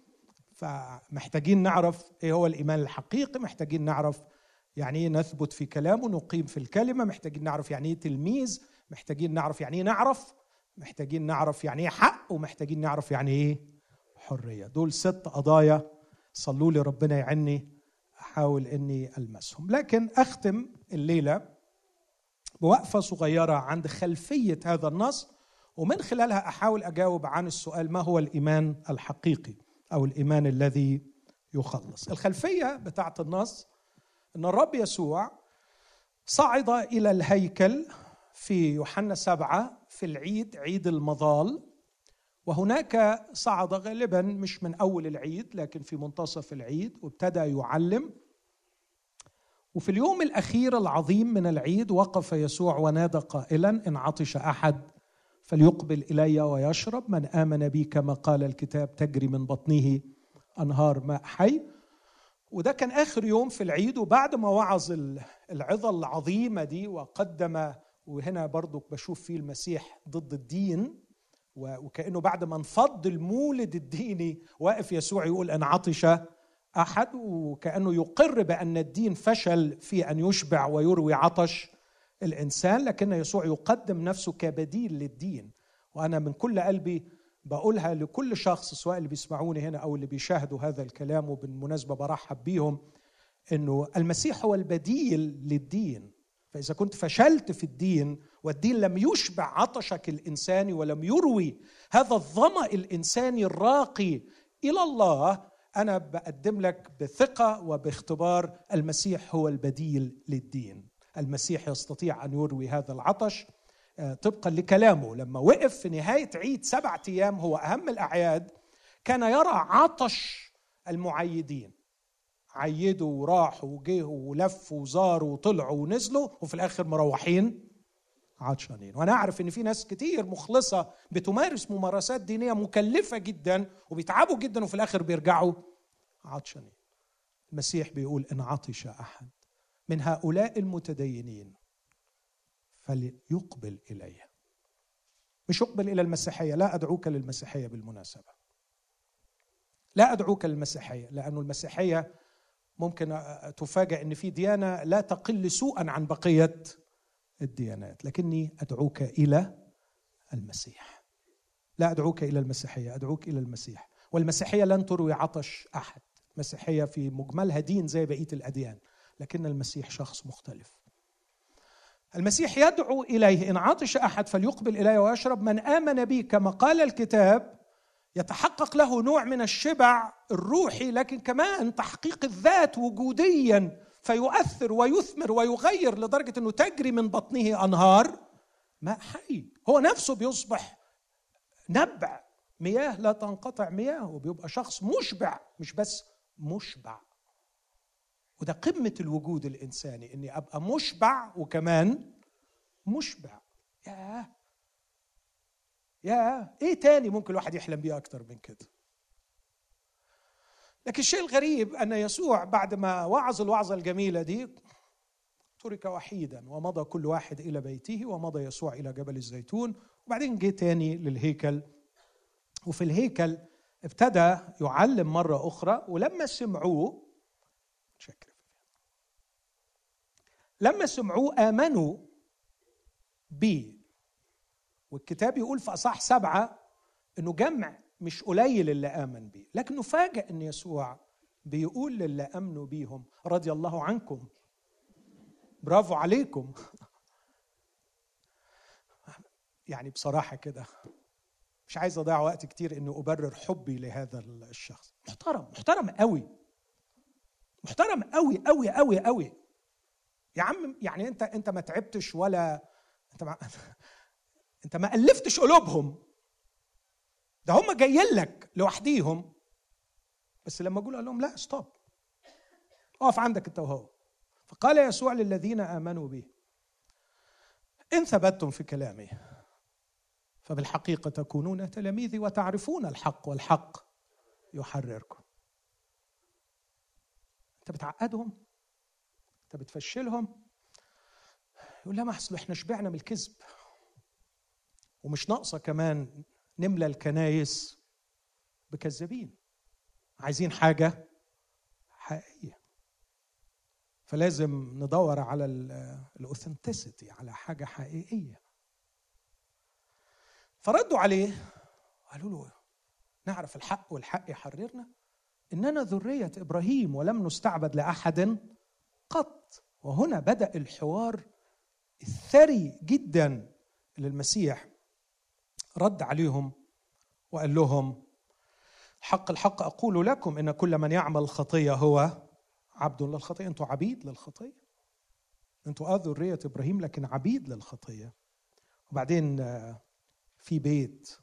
فمحتاجين نعرف إيه هو الإيمان الحقيقي، محتاجين نعرف يعني إيه نثبت في كلامه، نقيم في الكلمة، محتاجين نعرف يعني إيه تلميذ، محتاجين نعرف يعني إيه نعرف، محتاجين نعرف يعني إيه حق، ومحتاجين نعرف يعني إيه حرية. دول ست قضايا صلوا لي ربنا يعني أحاول أني ألمسهم. لكن أختم الليلة بوقفة صغيرة عند خلفية هذا النص، ومن خلالها أحاول أجاوب عن السؤال ما هو الإيمان الحقيقي أو الإيمان الذي يخلص. الخلفية بتاعت النص أن الرب يسوع صعد إلى الهيكل في يوحنا سبعة في العيد، عيد المظال، وهناك صعد غالبا مش من أول العيد لكن في منتصف العيد، وابتدى يعلم. وفي اليوم الأخير العظيم من العيد وقف يسوع ونادى قائلا إن عطش أحد فليقبل إلي ويشرب، من آمن بي كما قال الكتاب تجري من بطنه أنهار ماء حي. وده كان آخر يوم في العيد. وبعد ما وعظ العظة العظيمة دي وقدم، وهنا برضو بشوف فيه المسيح ضد الدين، وكأنه بعد ما انفض المولد الديني واقف يسوع يقول أن عطش أحد، وكأنه يقر بأن الدين فشل في أن يشبع ويروي عطش الإنسان، لكن يسوع يقدم نفسه كبديل للدين. وأنا من كل قلبي بقولها لكل شخص سواء اللي بيسمعوني هنا أو اللي بيشاهدوا هذا الكلام، وبالمناسبة برحب بيهم، أنه المسيح هو البديل للدين. فإذا كنت فشلت في الدين والدين لم يشبع عطشك الإنساني ولم يروي هذا الظمأ الإنساني الراقي إلى الله، أنا بقدم لك بثقة وباختبار المسيح هو البديل للدين. المسيح يستطيع أن يروي هذا العطش طبقا لكلامه. لما وقف في نهاية عيد سبعة أيام هو أهم الأعياد، كان يرى عطش المعيدين، عيدوا وراحوا وجيهوا ولفوا وزاروا وطلعوا ونزلوا وفي الآخر مروحين عطشانين. وأنا أعرف إن في ناس كتير مخلصة بتمارس ممارسات دينية مكلفة جدا وبيتعبوا جدا وفي الآخر بيرجعوا عطشانين. المسيح بيقول إن عطش أحد من هؤلاء المتدينين فليقبل إليه. مش يقبل إلى المسيحية، لا أدعوك للمسيحية بالمناسبة، لا أدعوك للمسيحية، لأن المسيحية ممكن تفاجأ أن في ديانة لا تقل سوءا عن بقية الديانات، لكني أدعوك إلى المسيح. لا أدعوك إلى المسيحية، أدعوك إلى المسيح. والمسيحية لن تروي عطش أحد. المسيحية في مجملها دين زي بقية الأديان، لكن المسيح شخص مختلف. المسيح يدعو إليه إن عطش أحد فليقبل إليه ويشرب. من آمن بي كما قال الكتاب يتحقق له نوع من الشبع الروحي، لكن كمان تحقيق الذات وجوديا، فيؤثر ويثمر ويغير لدرجة أنه تجري من بطنه أنهار ماء حي. هو نفسه بيصبح نبع مياه لا تنقطع مياه، وبيبقى شخص مشبع، مش بس مشبع. وده قمة الوجود الإنساني، أني أبقى مشبع وكمان مشبع. ياه يا ايه تاني ممكن الواحد يحلم بيه اكتر من كده؟ لكن الشيء الغريب ان يسوع بعد ما وعظ الوعظه الجميله دي ترك وحيدا، ومضى كل واحد الى بيته، ومضى يسوع الى جبل الزيتون، وبعدين جه تاني للهيكل. وفي الهيكل ابتدى يعلم مره اخرى. ولما سمعوه شكرا لما سمعوه امنوا بيه. والكتاب يقول في أصحاح سبعة إنه جمع مش قليل اللي آمن بيه، لكن نفاجأ إن يسوع بيقول للي آمنوا بيهم رضي الله عنكم، برافو عليكم. يعني بصراحة كده مش عايز أضيع وقت كتير إنه أبرر حبي لهذا الشخص. محترم محترم قوي، محترم قوي قوي قوي قوي. يا عم يعني أنت أنت ما تعبتش ولا أنت ما انت ما ألفتش قلوبهم، ده هم جايين لك لوحديهم. بس لما اقول لهم لا ستوب، اقف عندك انت وهو. فقال يسوع للذين آمنوا به إن ثبتتم في كلامي فبالحقيقة تكونون تلاميذي وتعرفون الحق والحق يحرركم. انت بتعقدهم، انت بتفشلهم. يقول لا، ما اصل احنا شبعنا من الكذب، ومش ناقصه كمان نملى الكنايس بكذابين. عايزين حاجه حقيقيه، فلازم ندور على الاوثنتسيتي، على حاجه حقيقيه. فردوا عليه قالوا له نعرف الحق والحق يحررنا، اننا ذريه ابراهيم ولم نستعبد لاحد قط. وهنا بدأ الحوار الثري جدا للمسيح. رد عليهم وقال لهم حق الحق أقول لكم إن كل من يعمل الخطية هو عبد للخطية. أنتوا عبيد للخطية، أنتوا آه ذرية إبراهيم لكن عبيد للخطية. وبعدين في بيت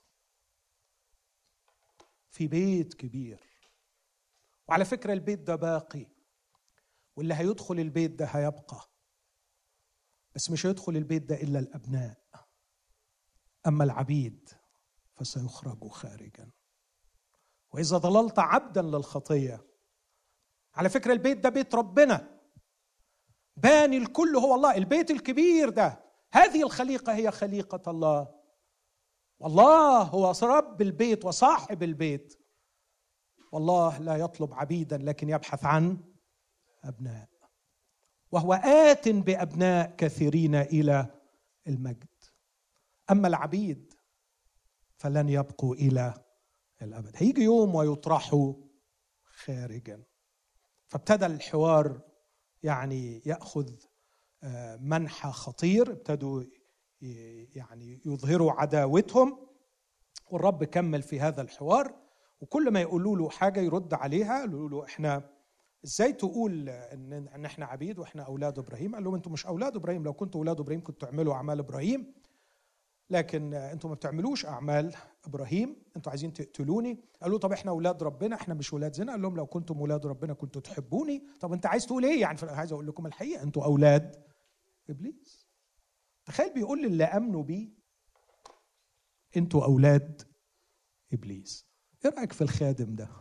في بيت كبير، وعلى فكرة البيت ده باقي، واللي هيدخل البيت ده هيبقى، بس مش هيدخل البيت ده إلا الأبناء، أما العبيد فسيخرجوا خارجا. وإذا ضللت عبدا للخطية، على فكرة البيت ده بيت ربنا، باني الكل هو الله. البيت الكبير ده، هذه الخليقة هي خليقة الله، والله هو رب البيت وصاحب البيت. والله لا يطلب عبيدا لكن يبحث عن أبناء، وهو آت بأبناء كثيرين إلى المجد. أما العبيد فلن يبقوا إلى الأبد، هيجي يوم ويطرحوا خارجا. فابتدى الحوار يعني يأخذ منحى خطير، ابتدوا يعني يظهروا عداوتهم، والرب كمل في هذا الحوار. وكل ما يقولوا له حاجة يرد عليها، يقولوا له احنا ازاي تقول ان ان احنا عبيد واحنا اولاد ابراهيم؟ قال لهم انتم مش اولاد ابراهيم، لو كنتوا اولاد ابراهيم كنتوا تعملوا اعمال ابراهيم، لكن انتم ما بتعملوش اعمال ابراهيم، انتم عايزين تقتلوني. قالوا طب احنا اولاد ربنا، احنا مش اولاد زنا. قال لهم لو كنتم اولاد ربنا كنتوا تحبوني. طب انت عايز تقول ايه يعني؟ عايز اقول لكم الحقيقه، انتم اولاد ابليس. تخيل بيقول للي امنوا بيه انتم اولاد ابليس. ايه رايك في الخادم ده؟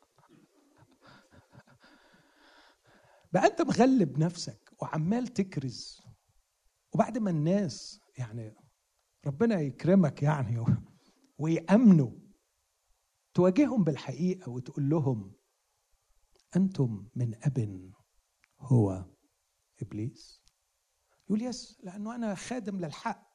بقى انت مغلب نفسك وعمال تكرز، وبعد ما الناس يعني ربنا يكرمك يعني ويأمنوا، تواجههم بالحقيقة وتقول لهم أنتم من أب هو إبليس. يقول يس، لأنه أنا خادم للحق،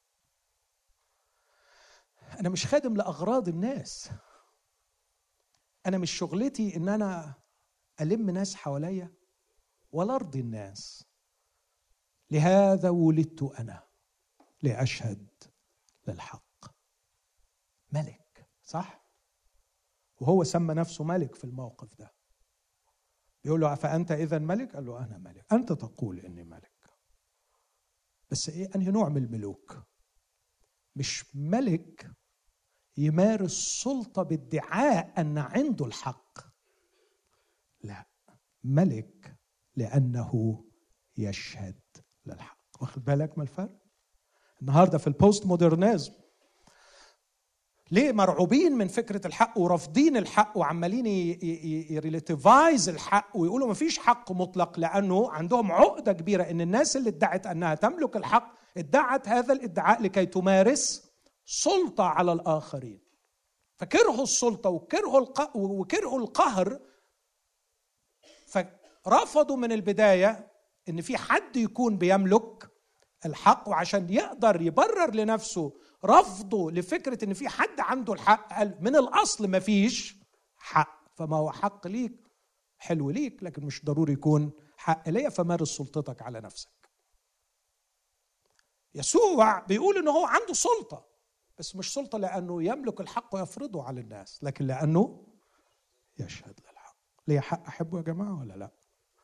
أنا مش خادم لأغراض الناس، أنا مش شغلتي إن أنا ألم ناس حواليا ولا أرضي الناس. لهذا ولدت أنا لأشهد للحق. ملك، صح؟ وهو سمى نفسه ملك في الموقف ده. بيقول له فأنت إذن ملك؟ قال له أنا ملك. أنت تقول إني ملك، بس إيه أنهي نوع من الملوك؟ مش ملك يمارس سلطة بادعاء أن عنده الحق، لا، ملك لأنه يشهد للحق. واخد بالك ما الفرق؟ النهاردة في البوست مودرنيزم ليه مرعوبين من فكرة الحق ورافضين الحق وعمالين يريليتيفايز الحق ويقولوا ما فيش حق مطلق؟ لأنه عندهم عقدة كبيرة إن الناس اللي ادعت أنها تملك الحق ادعت هذا الادعاء لكي تمارس سلطة على الآخرين، فكرهوا السلطة وكرهوا الق... وكرهوا القهر، فرفضوا من البداية إن في حد يكون بيملك الحق. وعشان يقدر يبرر لنفسه رفضه لفكرة ان في حد عنده الحق، قال من الاصل ما فيش حق، فما هو حق ليك حلو ليك، لكن مش ضروري يكون حق ليا، فمارس سلطتك على نفسك. يسوع بيقول انه هو عنده سلطة، بس مش سلطة لانه يملك الحق ويفرضه على الناس، لكن لانه يشهد للحق. ليه حق احبه يا جماعة ولا لا؟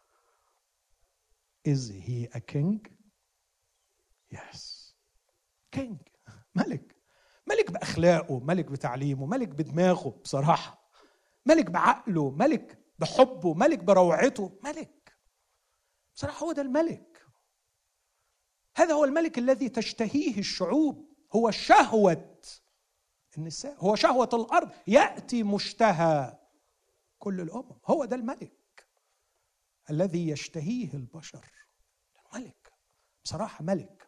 Is he a king? Yes. king. ملك. ملك بأخلاقه، ملك بتعليمه، ملك بدماغه بصراحة، ملك بعقله، ملك بحبه، ملك بروعته، ملك بصراحة. هو ده الملك. هذا هو الملك الذي تشتهيه الشعوب. هو شهوة النساء، هو شهوة الأرض، يأتي مشتهى كل الأمم. هو ده الملك الذي يشتهيه البشر. ملك بصراحة، ملك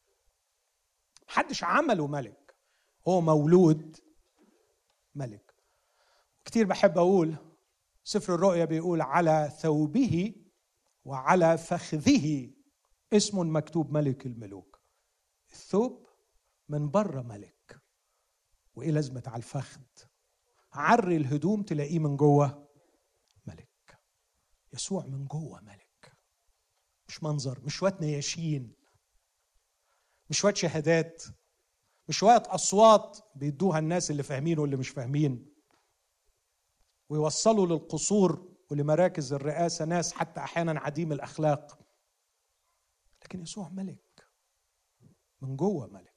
محدش عمله ملك، هو مولود ملك. كتير بحب أقول سفر الرؤيا بيقول على ثوبه وعلى فخذه اسم مكتوب ملك الملوك. الثوب من بره ملك، وإيه لازمة على الفخذ؟ عري الهدوم تلاقيه من جوه ملك. يسوع من جوه ملك، مش منظر، مش شوية نياشين، مش شوية شهادات، مش شوية أصوات بيدوها الناس اللي فاهمين واللي مش فاهمين، ويوصلوا للقصور ولمراكز الرئاسة ناس حتى أحيانا عديم الأخلاق. لكن يسوع ملك من جوه ملك.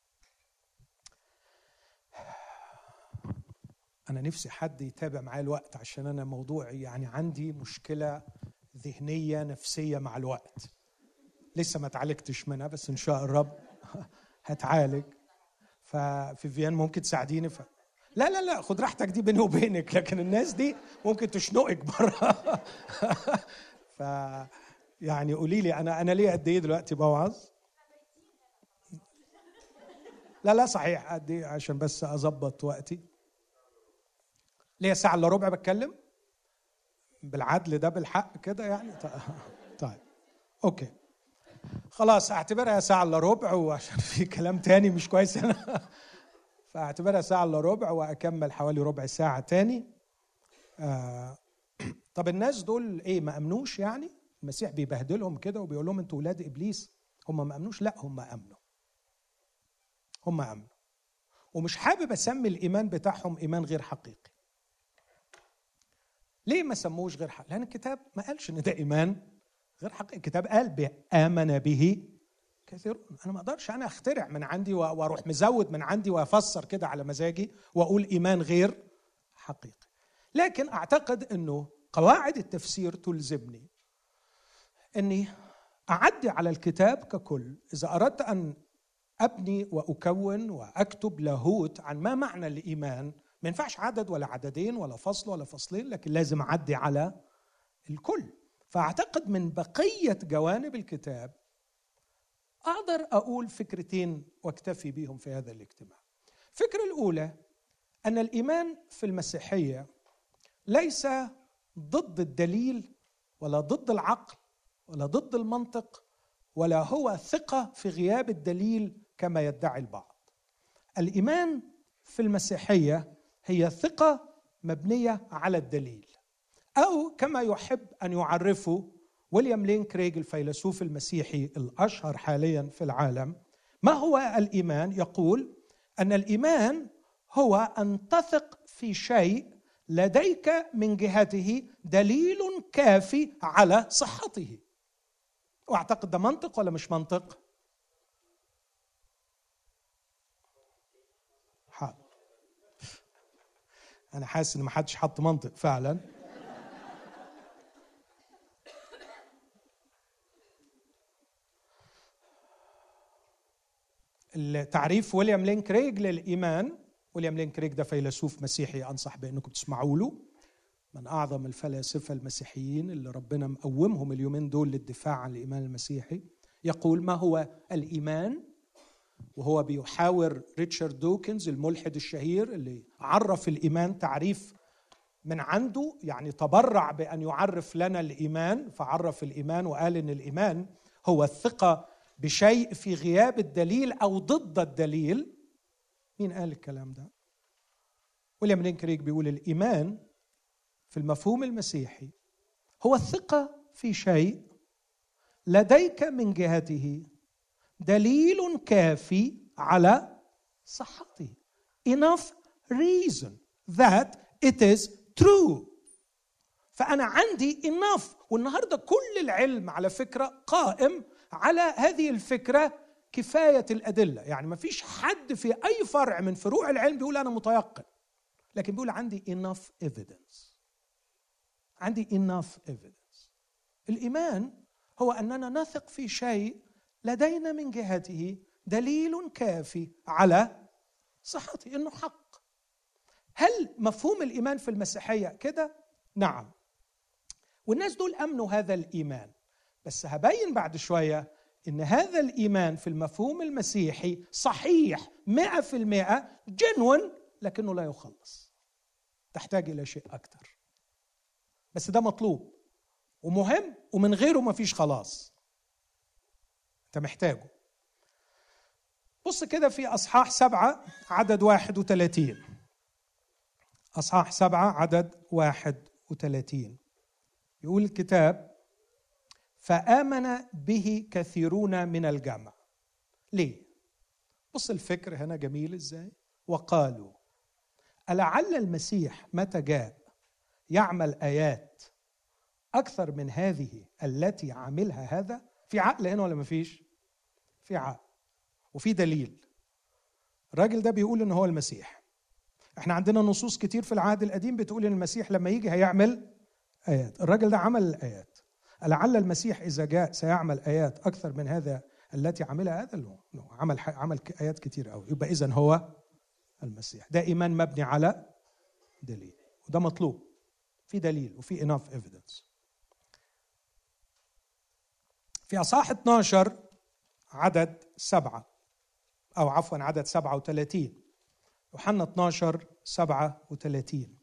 أنا نفسي حد يتابع معايا الوقت، عشان أنا موضوعي يعني عندي مشكلة ذهنية نفسية مع الوقت، لسه ما تعالجتش منها، بس إن شاء الرب هتعالج. ففي فيان ممكن تساعديني؟ ف... لا لا لا خد راحتك، دي بيني وبينك، لكن الناس دي ممكن تشنقك بره. ف يعني قولي لي انا انا ليه قد ايه دلوقتي بوعظ؟ لا لا صحيح قد ايه، عشان بس اظبط وقتي. ليه ساعه الا ربع بتكلم بالعدل ده، بالحق كده يعني. طيب اوكي خلاص، اعتبرها ساعه الا ربع، وعشان في كلام تاني مش كويس هنا فاعتبرها ساعه الا ربع واكمل حوالي ربع ساعه تاني. آه طب الناس دول ايه، ما امنوش يعني؟ المسيح بيبهدلهم كده وبيقول لهم انتوا ولاد ابليس، هم ما امنوش؟ لا، هم امنوا، هم امنوا. ومش حابب اسمي الايمان بتاعهم ايمان غير حقيقي. ليه ما سموش غير حقيقي؟ لان الكتاب ما قالش ان ده ايمان غير حقيقي. الكتاب قال آمن به كثيرون. انا ما اقدرش انا اخترع من عندي واروح مزود من عندي وافسر كده على مزاجي واقول ايمان غير حقيقي. لكن اعتقد انه قواعد التفسير تلزمني اني اعدي على الكتاب ككل. اذا اردت ان ابني واكون واكتب لاهوت عن ما معنى الايمان، ما ينفعش عدد ولا عددين ولا فصل ولا فصلين، لكن لازم اعدي على الكل. فاعتقد من بقيه جوانب الكتاب اقدر اقول فكرتين واكتفي بهم في هذا الاجتماع. الفكره الاولى ان الايمان في المسيحيه ليس ضد الدليل ولا ضد العقل ولا ضد المنطق، ولا هو ثقة في غياب الدليل كما يدعي البعض. الإيمان في المسيحية هي ثقة مبنية على الدليل، أو كما يحب أن يعرفه ويليام لين كريغ الفيلسوف المسيحي الأشهر حاليا في العالم. ما هو الإيمان؟ يقول أن الإيمان هو أن تثق في شيء لديك من جهته دليل كافي على صحته. واعتقد ده منطق ولا مش منطق؟ حاضر. انا حاسس ان ما حدش حط منطق فعلا. التعريف ويليام لين كريغ للايمان، ويليام لين كريغ ده فيلسوف مسيحي انصح بانكم تسمعوا له، من أعظم الفلاسفة المسيحيين اللي ربنا مقومهم اليومين دول للدفاع عن الإيمان المسيحي. يقول ما هو الإيمان، وهو بيحاور ريتشارد دوكنز الملحد الشهير اللي عرف الإيمان تعريف من عنده، يعني تبرع بأن يعرف لنا الإيمان، فعرف الإيمان وقال إن الإيمان هو الثقة بشيء في غياب الدليل أو ضد الدليل. مين قال الكلام ده؟ ويليام لين كريغ بيقول الإيمان في المفهوم المسيحي هو الثقة في شيء لديك من جهته دليل كافي على صحته. Enough reason that it is true. فأنا عندي enough. والنهاردة كل العلم على فكرة قائم على هذه الفكرة، كفاية الأدلة. يعني ما فيش حد في أي فرع من فروع العلم بيقول أنا متيقن، لكن بيقول عندي enough evidence، عندي enough evidence. الإيمان هو أننا نثق في شيء لدينا من جهته دليل كافي على صحته، إنه حق. هل مفهوم الإيمان في المسيحية كده؟ نعم، والناس دول أمنوا هذا الإيمان. بس هبين بعد شوية إن هذا الإيمان في المفهوم المسيحي صحيح مئة في المئة جنون، لكنه لا يخلص، تحتاج إلى شيء أكثر. بس ده مطلوب ومهم، ومن غيره ما فيش خلاص، أنت محتاجه. بص كده في أصحاح سبعة عدد واحد وثلاثين. أصحاح سبعة عدد واحد وثلاثين يقول الكتاب فآمن به كثيرون من الجمع. ليه؟ بص الفكر هنا جميل إزاي. وقالوا ألعل المسيح متى جاء يعمل آيات أكثر من هذه التي عملها هذا؟ في عقل هنا ولا ما فيش؟ في عقل وفي دليل. الراجل ده بيقول إنه هو المسيح. احنا عندنا نصوص كتير في العهد القديم بتقول إن المسيح لما يجي هيعمل آيات. الراجل ده عمل الآيات. ألعل المسيح إذا جاء سيعمل آيات أكثر من هذا التي عملها هذا؟ اللي عمل عمل آيات كتير قوي. يبقى إذن هو المسيح. ده إيمان مبني على دليل، وده مطلوب، في دليل وفي enough evidence. في أصحاح اثناشر عدد سبعة، أو عفوا عدد سبعة وثلاثين، يوحنا اثناشر سبعة وثلاثين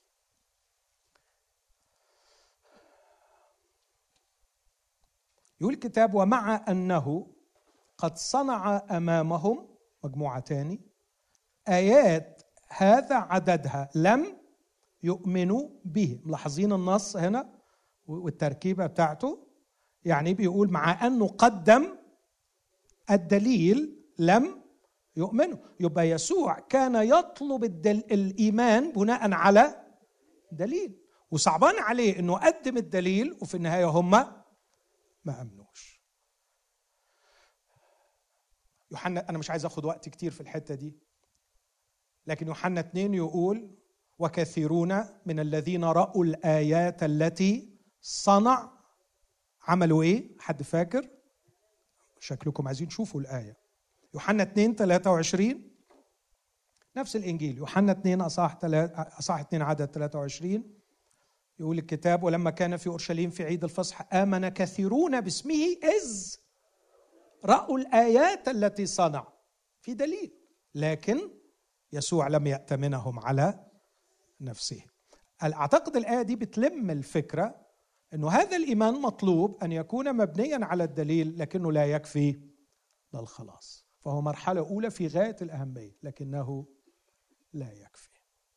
يقول الكتاب ومع أنه قد صنع أمامهم مجموعتان آيات هذا عددها لم يؤمنوا به. ملاحظين النص هنا والتركيبة بتاعته؟ يعني بيقول مع أنه قدم الدليل لم يؤمنوا. يبقى يسوع كان يطلب الإيمان بناء على دليل، وصعبان عليه أنه قدم الدليل وفي النهاية هم ما أمنوش. يوحنا، أنا مش عايز أخذ وقت كتير في الحتة دي، لكن يوحنا اثنين يقول وكثيرون من الذين رأوا الآيات التي صنع عملوا إيه؟ حد فاكر؟ شكلكم عايزين تشوفوا الآية. يوحنا اثنين ثلاثة وعشرين، نفس الإنجيل، يوحنا اثنين أصحاح أصحاح اثنين عدد ثلاثة وعشرين، يقول الكتاب ولما كان في أورشليم في عيد الفصح آمن كثيرون باسمه إذ رأوا الآيات التي صنع. في دليل، لكن يسوع لم يأتمنهم على نفسه. أعتقد الآية دي بتلم الفكرة أنه هذا الإيمان مطلوب أن يكون مبنيا على الدليل، لكنه لا يكفي للخلاص. فهو مرحلة أولى في غاية الأهمية، لكنه لا يكفي.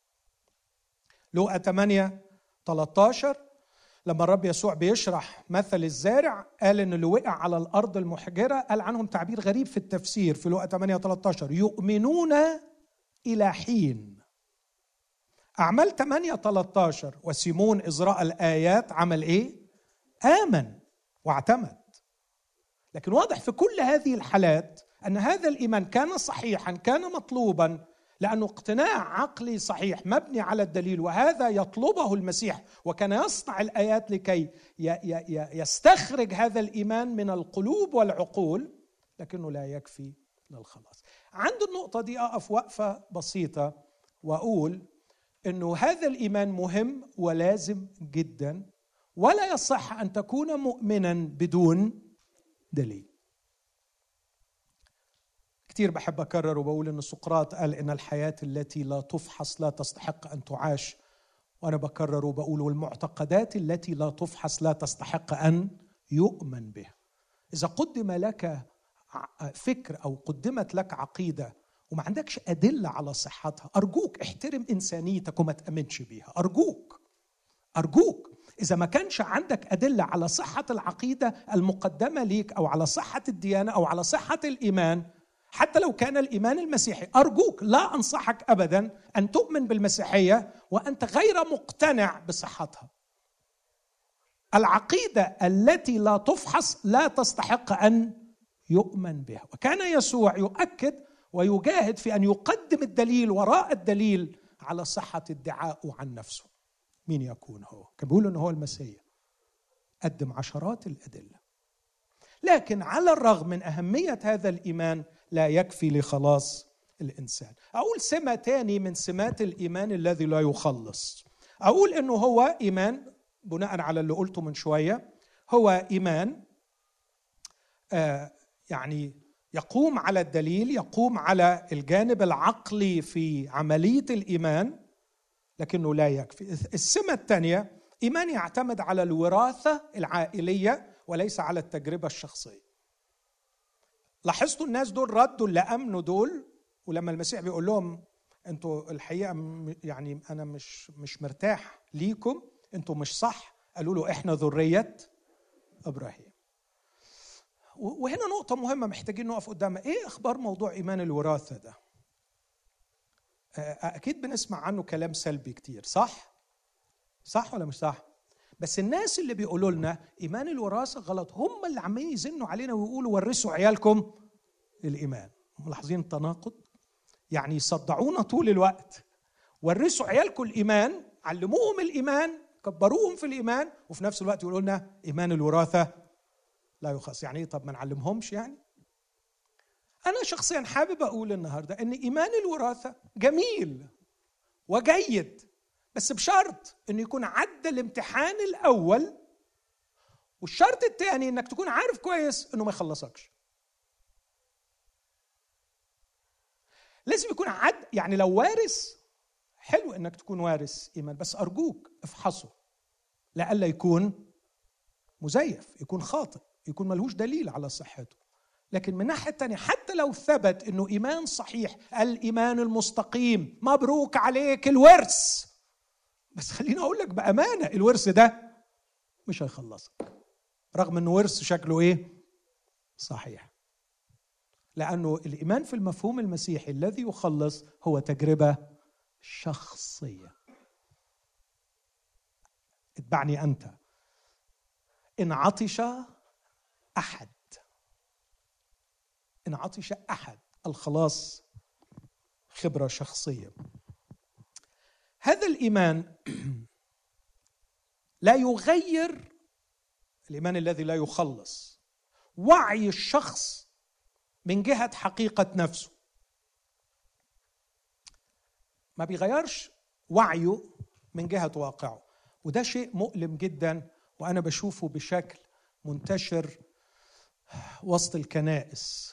لوقا ثمانية ثلاثة عشر لما الرب يسوع بيشرح مثل الزارع قال إن اللي وقع على الأرض المحجرة قال عنهم تعبير غريب في التفسير في لوقا ثمانية ثلاثة عشر، يؤمنون إلى حين. أعمال ثمانية ثلاثة عشر وسيمون إذ رأى الآيات عمل إيه؟ آمن واعتمد. لكن واضح في كل هذه الحالات أن هذا الإيمان كان صحيحا، كان مطلوبا، لأنه اقتناع عقلي صحيح مبني على الدليل، وهذا يطلبه المسيح، وكان يصنع الآيات لكي يستخرج هذا الإيمان من القلوب والعقول، لكنه لا يكفي للخلاص. عند النقطة دي أقف وقفة بسيطة وأقول أنه هذا الإيمان مهم ولازم جدا، ولا يصح أن تكون مؤمنا بدون دليل. كتير بحب أكرر وبقول أن سقراط قال إن الحياة التي لا تفحص لا تستحق أن تعاش، وأنا بكرر وبقول والمعتقدات التي لا تفحص لا تستحق أن يؤمن بها. إذا قدم لك فكر أو قدمت لك عقيدة وما عندكش أدلة على صحتها، أرجوك احترم إنسانيتك وما تأمنش بيها. أرجوك أرجوك إذا ما كانش عندك أدلة على صحة العقيدة المقدمة ليك أو على صحة الديانة أو على صحة الإيمان، حتى لو كان الإيمان المسيحي، أرجوك لا أنصحك أبدا أن تؤمن بالمسيحية وأنت غير مقتنع بصحتها. العقيدة التي لا تفحص لا تستحق أن يؤمن بها. وكان يسوع يؤكد ويجاهد في أن يقدم الدليل وراء الدليل على صحة ادعائه عن نفسه. مين يكون هو؟ كان بيقول أنه هو المسيح، قدم عشرات الأدلة، لكن على الرغم من أهمية هذا الإيمان لا يكفي لخلاص الإنسان. أقول سمة تاني من سمات الإيمان الذي لا يخلص، أقول أنه هو إيمان بناء على اللي قلته من شوية، هو إيمان آه يعني يقوم على الدليل، يقوم على الجانب العقلي في عملية الإيمان، لكنه لا يكفي. السمة الثانية إيمان يعتمد على الوراثة العائلية وليس على التجربة الشخصية. لاحظتوا الناس دول ردوا اللي أمنوا دول، ولما المسيح بيقول لهم أنتوا الحقيقة يعني أنا مش مش مرتاح ليكم، أنتوا مش صح، قالوا له إحنا ذرية إبراهيم. وهنا نقطة مهمة محتاجين نقف قدامها، إيه أخبار موضوع إيمان الوراثة ده؟ أكيد بنسمع عنه كلام سلبي كتير، صح؟ صح ولا مش صح؟ بس الناس اللي بيقولوا لنا إيمان الوراثة غلط هم اللي عمالين يزنوا علينا ويقولوا ورثوا عيالكم الإيمان. ملاحظين التناقض؟ يعني يصدعونا طول الوقت، ورثوا عيالكم الإيمان، علموهم الإيمان، كبروهم في الإيمان، وفي نفس الوقت يقولوا لنا إيمان الوراثة لا يخص. يعني إيه؟ طب ما نعلمهمش يعني؟ أنا شخصيا حابب أقول النهاردة أن إيمان الوراثة جميل وجيد، بس بشرط أنه يكون عدى الامتحان الأول، والشرط الثاني أنك تكون عارف كويس أنه ما يخلصكش. لازم يكون عد، يعني لو وارث حلو أنك تكون وارث إيمان، بس أرجوك افحصه لألا يكون مزيف، يكون خاطئ، يكون ملهوش دليل على صحته. لكن من ناحية تانية حتى لو ثبت أنه إيمان صحيح، الإيمان المستقيم، مبروك عليك الورث، بس خليني أقول لك بأمانة الورث ده مش هيخلصك. رغم انه ورث شكله ايه؟ صحيح. لانه الايمان في المفهوم المسيحي الذي يخلص هو تجربه شخصيه. اتبعني انت. ان عطش احد ان عطش احد الخلاص خبره شخصيه. هذا الايمان لا يغير، الايمان الذي لا يخلص، وعي الشخص من جهة حقيقة نفسه. ما بيغيرش وعيه من جهة واقعه، وده شيء مؤلم جدا، وأنا بشوفه بشكل منتشر وسط الكنائس.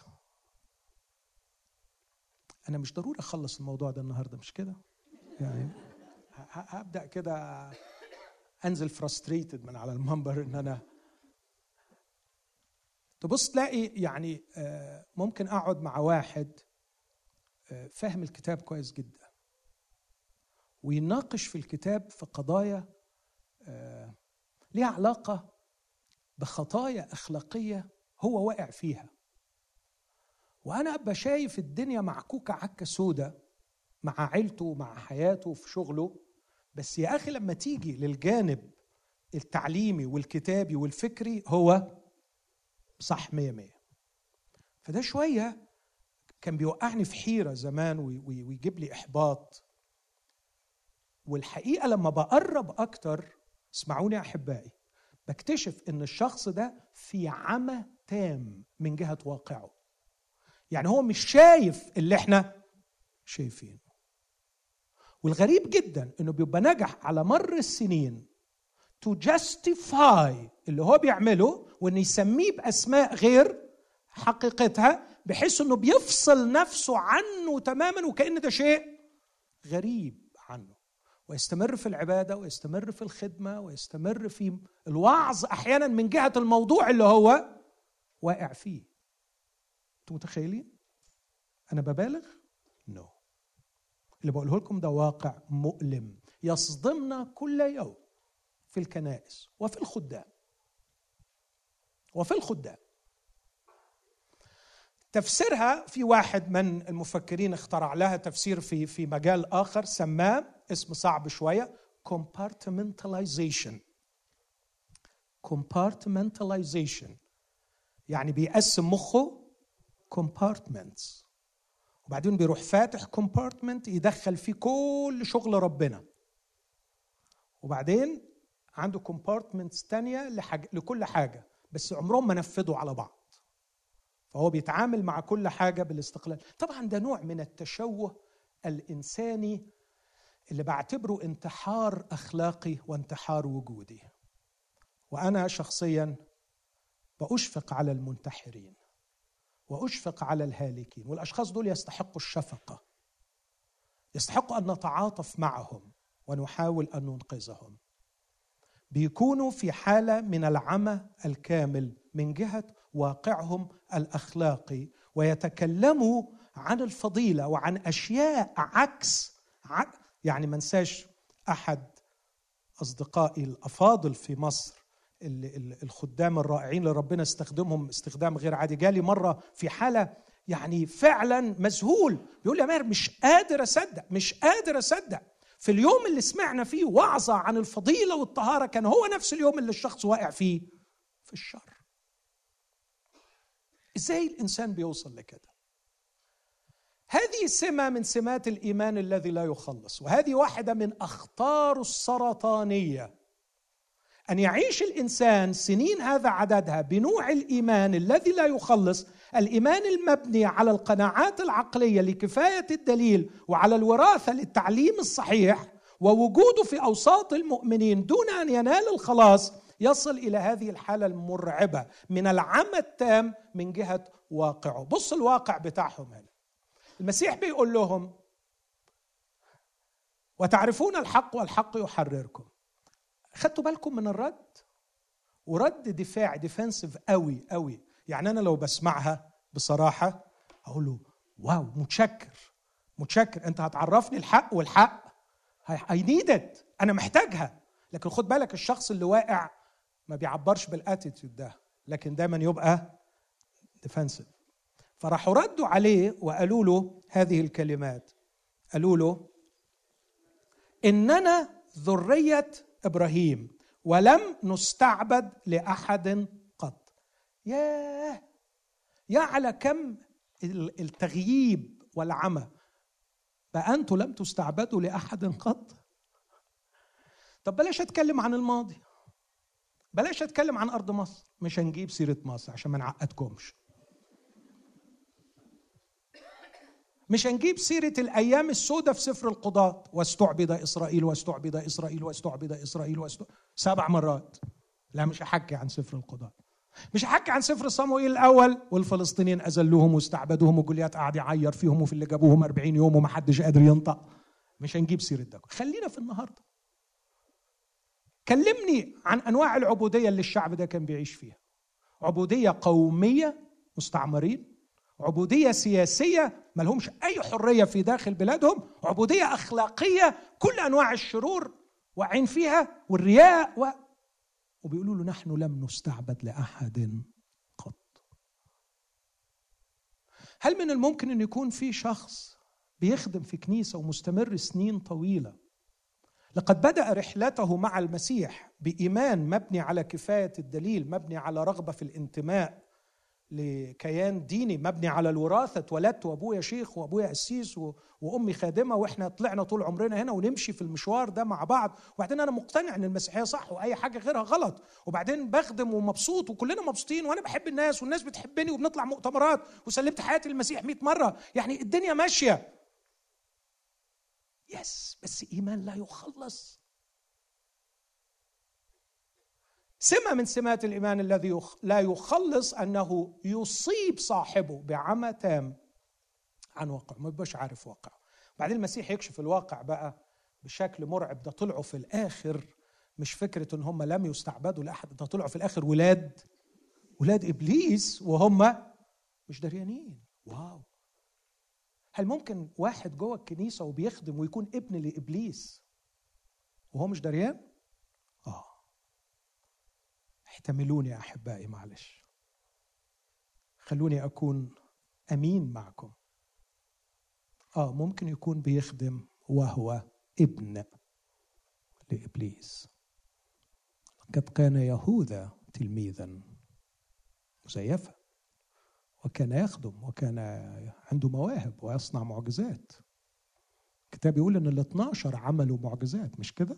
أنا مش ضروري أخلص الموضوع ده النهاردة، مش كده؟ يعني هبدأ كده أنزل فرستريتد من على المنبر إن أنا تبص تلاقي يعني ممكن أقعد مع واحد فاهم الكتاب كويس جدا ويناقش في الكتاب في قضايا ليها علاقة بخطايا أخلاقية هو واقع فيها، وأنا أبقى شايف الدنيا معكوكة عكة سودة مع عيلته ومع حياته وفي شغله. بس يا أخي لما تيجي للجانب التعليمي والكتابي والفكري هو صح مية مية. فده شوية كان بيوقعني في حيرة زمان ويجيب لي إحباط. والحقيقة لما بقرب أكتر، اسمعوني أحبائي، بكتشف إن الشخص ده في عمى تام من جهة واقعه. يعني هو مش شايف اللي احنا شايفينه. والغريب جدا إنه بيبقى نجح على مر السنين to justify اللي هو بيعمله، وإنه يسميه بأسماء غير حقيقتها، بحيث إنه بيفصل نفسه عنه تماما وكأن ده شيء غريب عنه، ويستمر في العبادة ويستمر في الخدمة ويستمر في الوعظ أحيانا من جهة الموضوع اللي هو واقع فيه. أنتوا متخيلين؟ أنا ببالغ؟ نو. no. اللي بقوله لكم ده واقع مؤلم يصدمنا كل يوم في الكنائس وفي الخدام وفي الخدام. تفسيرها في واحد من المفكرين اخترع لها تفسير في في مجال آخر، سماه اسم صعب شوية compartmentalization. compartmentalization يعني بيقسم مخه compartments، وبعدين بيروح فاتح compartment يدخل فيه كل شغل ربنا، وبعدين عنده compartments تانية لحاجة لكل حاجة، بس عمرهم ما نفذوا على بعض. فهو بيتعامل مع كل حاجة بالاستقلال. طبعا ده نوع من التشوه الإنساني اللي بعتبره انتحار أخلاقي وانتحار وجودي. وأنا شخصيا بأشفق على المنتحرين وأشفق على الهالكين، والأشخاص دول يستحقوا الشفقة، يستحقوا أن نتعاطف معهم ونحاول أن ننقذهم. بيكونوا في حالة من العمى الكامل من جهة واقعهم الأخلاقي، ويتكلموا عن الفضيلة وعن أشياء عكس. يعني ما انساش أحد أصدقائي الأفاضل في مصر، الخدام الرائعين اللي ربنا استخدمهم استخدام غير عادي، جالي مرة في حالة يعني فعلا مذهول، بيقول لي يا ماهر مش قادر أصدق مش قادر أصدق في اليوم اللي سمعنا فيه وعظة عن الفضيلة والطهارة كان هو نفس اليوم اللي الشخص واقع فيه في الشر. إزاي الإنسان بيوصل لكده؟ هذه سمة من سمات الإيمان الذي لا يخلص، وهذه واحدة من أخطار السرطانية، أن يعيش الإنسان سنين هذا عددها بنوع الإيمان الذي لا يخلص، الإيمان المبني على القناعات العقلية لكفاية الدليل وعلى الوراثة للتعليم الصحيح ووجوده في أوساط المؤمنين دون أن ينال الخلاص، يصل إلى هذه الحالة المرعبة من العمى التام من جهة واقعه. بص الواقع بتاعهم هنا، المسيح بيقول لهم وتعرفون الحق والحق يحرركم. خدتوا بالكم من الرد؟ ورد دفاع ديفنسيف قوي قوي. يعني أنا لو بسمعها بصراحة أقول له واو متشكر متشكر، أنت هتعرفني الحق، والحق I need it، أنا محتاجها. لكن خد بالك الشخص اللي واقع ما بيعبرش بالاتيتيود ده، لكن دايما يبقى ديفنسيف. فراحوا ردوا عليه وقالوا له هذه الكلمات، قالوا له إننا ذرية إبراهيم ولم نستعبد لأحد قط. ياه، يا على كم التغييب والعمى. بقى أنتوا لم تستعبدوا لأحد قط. طب بلاش أتكلم عن الماضي، بلاش أتكلم عن أرض مصر، مش هنجيب سيرة مصر عشان ما نعقدكمش. مش هنجيب سيرة الأيام السوداء في سفر القضاة، واستعبد إسرائيل واستعبد إسرائيل واستعبد إسرائيل واستعبد سبع مرات. لا، مش هحكي عن سفر القضاة. مش هحكي عن سفر صموئيل الأول والفلسطينيين أذلوهم واستعبدوهم وجوليات قاعد يعير فيهم وفي اللي جابوهم أربعين يوم ومحدش قادر ينطق. مش هنجيب سيرة ده. خلينا في النهاردة. كلمني عن أنواع العبودية اللي الشعب ده كان بيعيش فيها. عبودية قومية مستعمرين، عبودية سياسية ما لهمش أي حرية في داخل بلادهم، عبودية أخلاقية كل أنواع الشرور واقعين فيها والرياء و... وبيقولوا له نحن لم نستعبد لأحد قط. هل من الممكن أن يكون في شخص بيخدم في كنيسة ومستمر سنين طويلة، لقد بدأ رحلته مع المسيح بإيمان مبني على كفاية الدليل، مبني على رغبة في الانتماء لكيان ديني، مبني على الوراثة، اتولدت وابويا شيخ وابويا قسيس وامي خادمه واحنا طلعنا طول عمرنا هنا ونمشي في المشوار ده مع بعض، وبعدين انا مقتنع ان المسيحيه صح واي حاجه غيرها غلط، وبعدين بخدم ومبسوط وكلنا مبسوطين وانا بحب الناس والناس بتحبني وبنطلع مؤتمرات وسلمت حياتي للمسيح مئة مره، يعني الدنيا ماشيه. يس، بس ايمان لا يخلص. سمة من سمات الإيمان الذي لا يخلص أنه يصيب صاحبه بعمى تام عن واقعه، ما يبقاش عارف واقعه. بعدين المسيح يكشف الواقع بقى بشكل مرعب. ده طلعوا في الآخر مش فكرة إن هم لم يستعبدوا لأحد، ده طلعوا في الآخر ولاد ولاد إبليس وهم مش دريانين. واو، هل ممكن واحد جوه الكنيسة وبيخدم ويكون ابن لإبليس وهو مش دريان؟ آه احتملوني يا أحبائي، معلش، خلوني أكون أمين معكم. آه ممكن يكون بيخدم وهو ابن لإبليس. قد كان يهوذا تلميذا مزيفا وكان يخدم وكان عنده مواهب ويصنع معجزات. الكتاب يقول إن الاثنى عشر عملوا معجزات، مش كده؟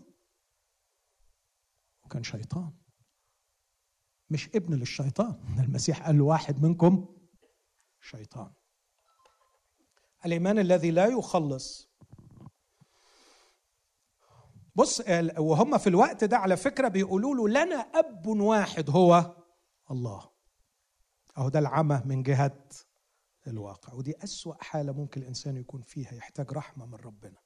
وكان شيطان، مش ابن للشيطان. المسيح قال له واحد منكم شيطان. الإيمان الذي لا يخلص. بص، وهم في الوقت ده على فكرة بيقولوا له لنا أب واحد هو الله. أهو ده العمى من جهة الواقع، ودي أسوأ حالة ممكن الإنسان يكون فيها، يحتاج رحمة من ربنا.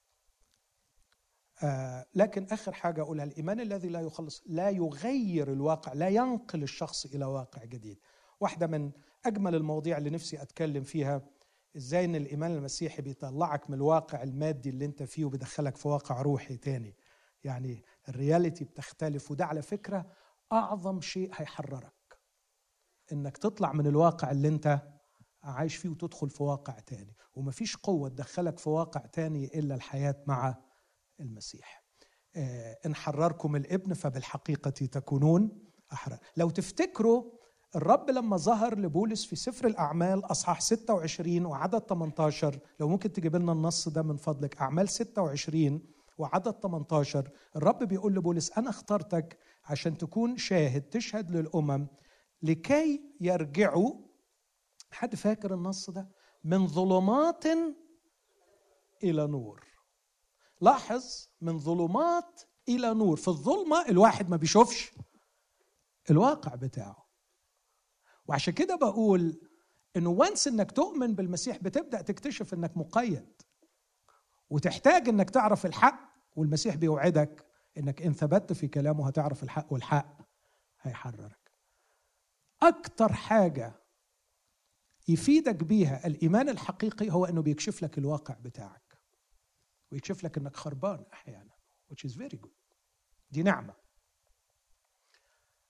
آه لكن آخر حاجة أقولها، الإيمان الذي لا يخلص لا يغير الواقع، لا ينقل الشخص إلى واقع جديد. واحدة من أجمل المواضيع اللي نفسي أتكلم فيها، إزاي إن الإيمان المسيحي بيطلعك من الواقع المادي اللي أنت فيه وبيدخلك في واقع روحي تاني. يعني الرياليتي بتختلف، وده على فكرة أعظم شيء هيحررك، إنك تطلع من الواقع اللي أنت عايش فيه وتدخل في واقع تاني. ومفيش قوة تدخلك في واقع تاني إلا الحياة مع المسيح. إن حرركم الابن فبالحقيقة تكونون أحرار. لو تفتكروا الرب لما ظهر لبولس في سفر الأعمال أصحاح ستة وعشرين وعدد ثمانية عشر، لو ممكن تجيب لنا النص ده من فضلك، أعمال ستة وعشرين وعدد ثمانية عشر، الرب بيقول لبولس أنا اخترتك عشان تكون شاهد، تشهد للأمم لكي يرجعوا، حد فاكر النص ده؟ من ظلمات إلى نور. لاحظ، من ظلمات إلى نور. في الظلمة الواحد ما بيشوفش الواقع بتاعه، وعشان كده بقول إنه وانس إنك تؤمن بالمسيح بتبدأ تكتشف إنك مقيد، وتحتاج إنك تعرف الحق، والمسيح بيوعدك إنك إن ثبت في كلامه هتعرف الحق والحق هيحررك. أكتر حاجة يفيدك بيها الإيمان الحقيقي هو إنه بيكشف لك الواقع بتاعك ويكشف لك إنك خربان أحيانا، which is very good. دي نعمة.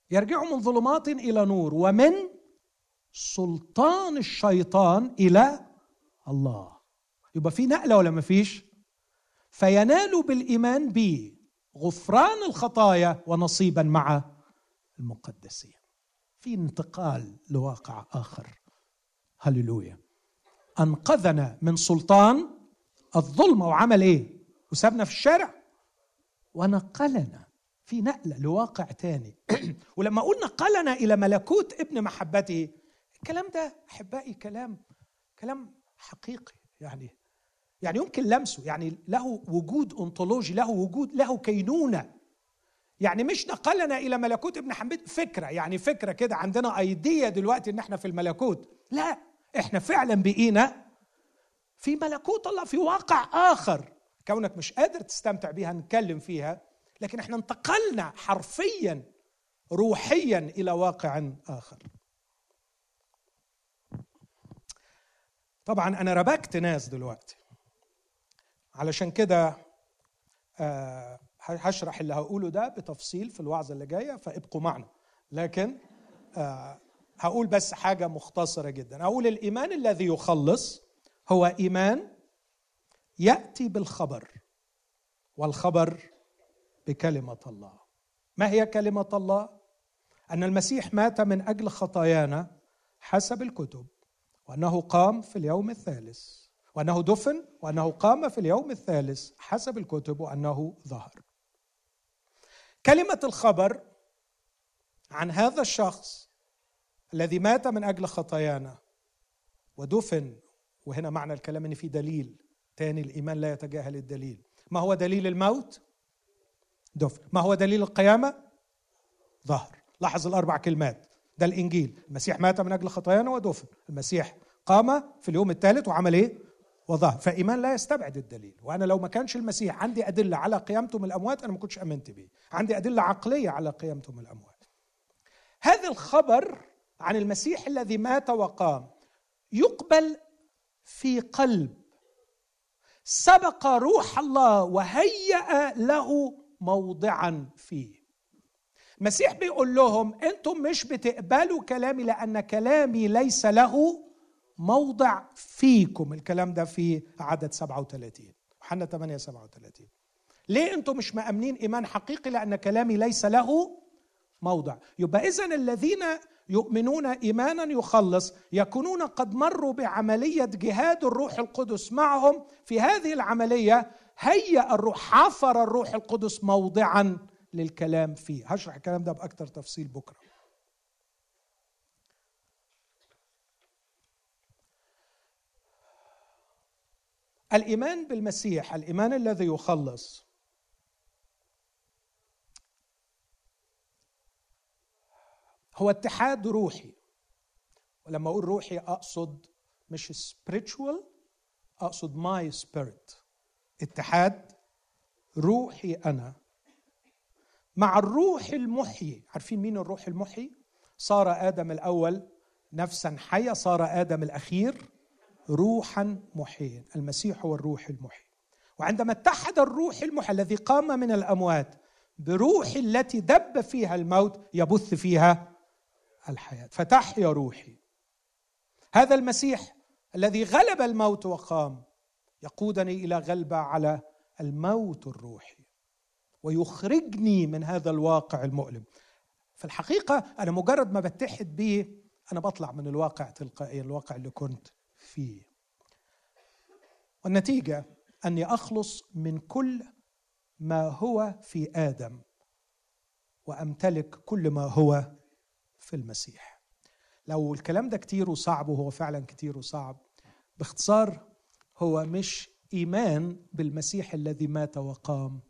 يرجعوا من ظلمات إلى نور ومن سلطان الشيطان إلى الله. يبقى في نقلة ولا ما فيش؟ فينالوا بالإيمان به غفران الخطايا ونصيبا مع المقدسين. في انتقال لواقع آخر. هللويا. أنقذنا من سلطان الظلمة وعمل إيه؟ وسابنا في الشارع ونقلنا في نقلة لواقع تاني. ولما قلنا نقلنا إلى ملكوت ابن محبته، الكلام ده أحبائي كلام كلام حقيقي، يعني يعني يمكن لمسه، يعني له وجود أنطولوجي، له وجود، له كينونة. يعني مش نقلنا إلى ملكوت ابن محبته فكرة، يعني فكرة كده عندنا ايديا دلوقتي إن احنا في الملكوت. لا، احنا فعلا بقينا في ملكوت الله، في واقع آخر. كونك مش قادر تستمتع بيها نتكلم فيها، لكن احنا انتقلنا حرفيا روحيا إلى واقع آخر. طبعا أنا ربكت ناس دلوقتي، علشان كده آه هشرح اللي هقوله ده بتفصيل في الوعظة اللي جاية، فابقوا معنا. لكن آه هقول بس حاجة مختصرة جدا. هقول الإيمان الذي يخلص هو إيمان يأتي بالخبر، والخبر بكلمة الله. ما هي كلمة الله؟ أن المسيح مات من أجل خطايانا حسب الكتب، وأنه قام في اليوم الثالث، وأنه دفن، وأنه قام في اليوم الثالث حسب الكتب، وأنه ظهر. كلمة الخبر عن هذا الشخص الذي مات من أجل خطايانا ودفن، وهنا معنى الكلام أن في دليل تاني، الإيمان لا يتجاهل الدليل. ما هو دليل الموت؟ دفن. ما هو دليل القيامة؟ ظهر. لاحظ الأربع كلمات، ده الإنجيل. المسيح مات من أجل خطايانا ودفن، المسيح قام في اليوم الثالث وعمل إيه؟ وظهر. فإيمان لا يستبعد الدليل. وأنا لو ما كانش المسيح عندي أدلة على قيامته من الأموات أنا ما كنتش أمنت به. عندي أدلة عقلية على قيامته من الأموات. هذا الخبر عن المسيح الذي مات وقام يقبل في قلب سبق روح الله وهيأ له موضعا فيه. المسيح بيقول لهم أنتم مش بتقبلوا كلامي لأن كلامي ليس له موضع فيكم. الكلام ده في عدد سبعة وثلاثين، يوحنا ثمانية سبعة وثلاثين. ليه أنتم مش مأمنين إيمان حقيقي؟ لأن كلامي ليس له موضع. يبقى إذن الذين يؤمنون إيمانا يخلص يكونون قد مروا بعملية جهاد الروح القدس معهم. في هذه العملية هيأ الروح، حفر الروح القدس موضعا للكلام فيه. هشرح الكلام ده بأكثر تفصيل بكرة. الإيمان بالمسيح، الإيمان الذي يخلص، هو اتحاد روحي. ولما أقول روحي أقصد مش spiritual، أقصد my spirit. اتحاد روحي أنا مع الروح المحيي. عارفين مين الروح المحيي؟ صار آدم الأول نفسا حية، صار آدم الأخير روحا محيا. المسيح هو الروح المحيي. وعندما اتحد الروح المحيي الذي قام من الأموات بروح التي دب فيها الموت يبث فيها الحياة، فتحيا روحي. هذا المسيح الذي غلب الموت وقام يقودني إلى غلبة على الموت الروحي ويخرجني من هذا الواقع المؤلم. في الحقيقة أنا مجرد ما بتحد به أنا بطلع من الواقع تلقائيا، الواقع اللي كنت فيه. والنتيجة أني أخلص من كل ما هو في آدم وأمتلك كل ما هو في المسيح. لو الكلام ده كتير وصعب، وهو فعلا كتير وصعب، باختصار هو مش إيمان بالمسيح الذي مات وقام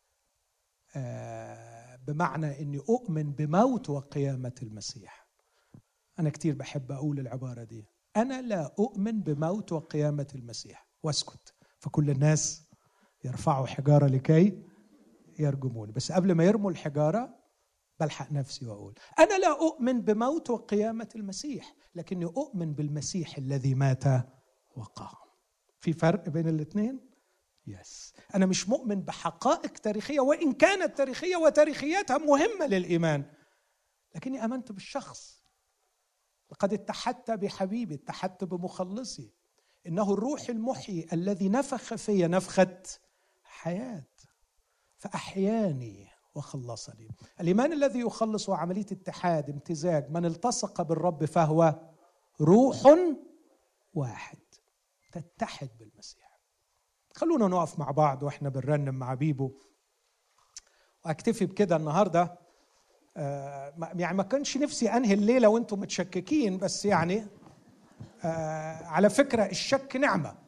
آه بمعنى أني أؤمن بموت وقيامة المسيح. أنا كتير بحب أقول العبارة دي، أنا لا أؤمن بموت وقيامة المسيح واسكت، فكل الناس يرفعوا حجارة لكي يرجموني. بس قبل ما يرموا الحجارة بلحق نفسي وأقول أنا لا أؤمن بموت وقيامة المسيح، لكني أؤمن بالمسيح الذي مات وقام. في فرق بين الاثنين؟ يس. أنا مش مؤمن بحقائق تاريخية، وإن كانت تاريخية وتاريخياتها مهمة للإيمان، لكني آمنت بالشخص. لقد اتحدت بحبيبي، اتحدت بمخلصي، إنه الروح المحيي الذي نفخ في نفخة حياة فأحياني وخلصني. الإيمان الذي يخلص هو عملية اتحاد، امتزاج. من التصق بالرب فهو روح واحد، تتحد بالمسيح. خلونا نقف مع بعض وإحنا بنرنم مع بيبو، وأكتفي بكده النهاردة. آه يعني ما كانش نفسي أنهي الليلة وأنتم متشككين، بس يعني آه على فكرة الشك نعمة،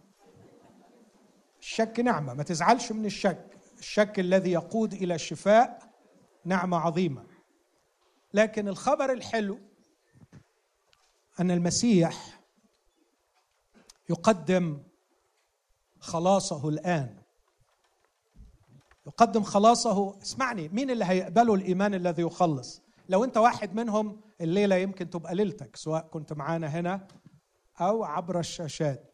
الشك نعمة، ما تزعلش من الشك. الشك الذي يقود إلى الشفاء نعمة عظيمة. لكن الخبر الحلو أن المسيح يقدم خلاصه الآن، يقدم خلاصه. اسمعني، مين اللي هيقبلوا الإيمان الذي يخلص؟ لو أنت واحد منهم الليلة يمكن تبقى ليلتك، سواء كنت معانا هنا أو عبر الشاشات.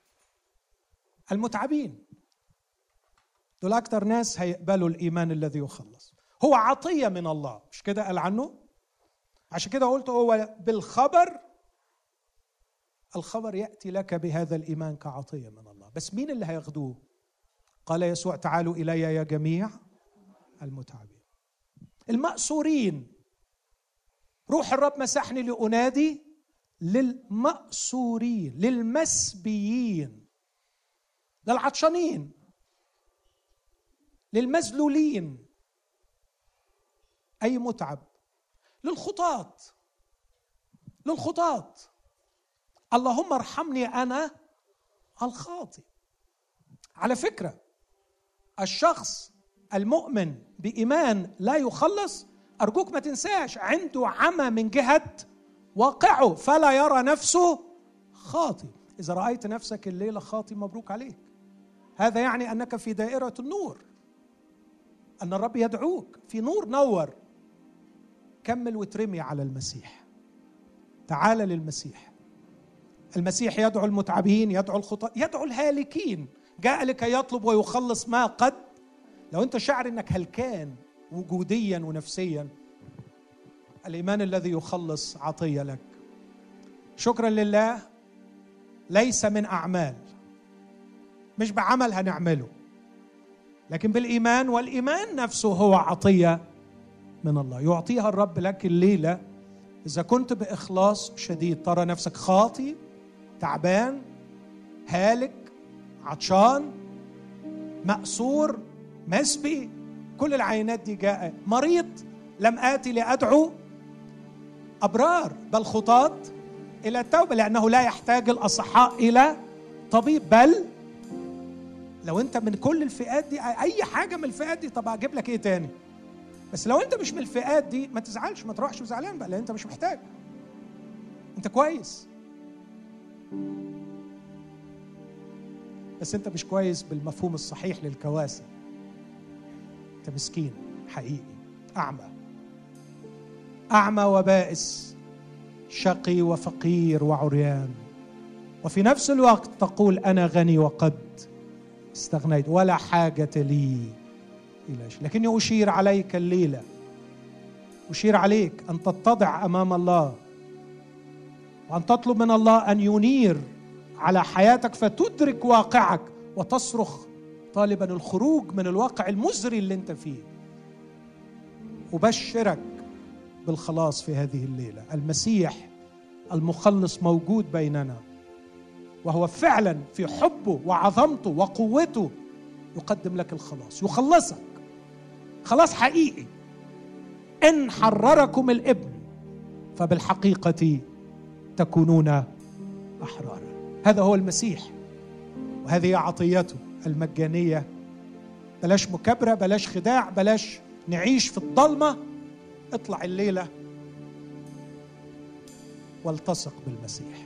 المتعبين دول أكتر ناس هيقبلوا الإيمان الذي يخلص. هو عطية من الله، مش كده قال عنه؟ عشان كده قلت هو بالخبر، الخبر يأتي لك بهذا الإيمان كعطية من الله. بس مين اللي هياخدوه؟ قال يسوع تعالوا إلي يا جميع المتعبين المأسورين. روح الرب مسحني لأنادي للمأسورين، للمسبيين، للعطشانين، للمذلولين، أي متعب، للخطاة، للخطاة. اللهم ارحمني أنا الخاطئ. على فكرة الشخص المؤمن بإيمان لا يخلص، أرجوك ما تنساش، عنده عمى من جهة واقعه فلا يرى نفسه خاطئ. إذا رأيت نفسك الليلة خاطئ مبروك عليك، هذا يعني أنك في دائرة النور، أن الرب يدعوك في نور. نور، كمل وترمي على المسيح، تعال للمسيح. المسيح يدعو المتعبين، يدعو الخطاة، يدعو الهالكين. جاء لكي يطلب ويخلص ما قد. لو أنت شعر أنك هلكان وجوديا ونفسيا، الإيمان الذي يخلص عطية لك. شكرا لله، ليس من أعمال، مش بعمل هنعمله، لكن بالإيمان، والإيمان نفسه هو عطية من الله يعطيها الرب لك الليلة. إذا كنت بإخلاص شديد ترى نفسك خاطي، تعبان، هالك، عطشان، مأسور، مسبي، كل العينات دي جاء. مريض، لم آتي لأدعو أبرار بل خطاة إلى التوبة، لأنه لا يحتاج الأصحاء إلى طبيب. بل لو أنت من كل الفئات دي، أي حاجة من الفئات دي، طب أجيب لك إيه تاني؟ بس لو أنت مش من الفئات دي ما تزعلش، ما تروحش وزعلان بقى، لأن أنت مش محتاج، أنت كويس. بس أنت مش كويس بالمفهوم الصحيح للكواسة. أنت مسكين حقيقي، أعمى، أعمى وبائس، شقي وفقير وعريان، وفي نفس الوقت تقول أنا غني وقد استغنيت ولا حاجة لي إلى شيء. لكني أشير عليك الليلة، أشير عليك أن تتضع أمام الله، وأن تطلب من الله أن ينير على حياتك فتدرك واقعك وتصرخ طالبا الخروج من الواقع المزري اللي انت فيه. أبشرك بالخلاص في هذه الليلة. المسيح المخلص موجود بيننا، وهو فعلا في حبه وعظمته وقوته يقدم لك الخلاص، يخلصك خلاص حقيقي. إن حرركم الابن فبالحقيقة تكونون أحرارا. هذا هو المسيح، وهذه عطيته المجانية. بلاش مكابرة، بلاش خداع، بلاش نعيش في الضلمة. اطلع الليلة والتصق بالمسيح.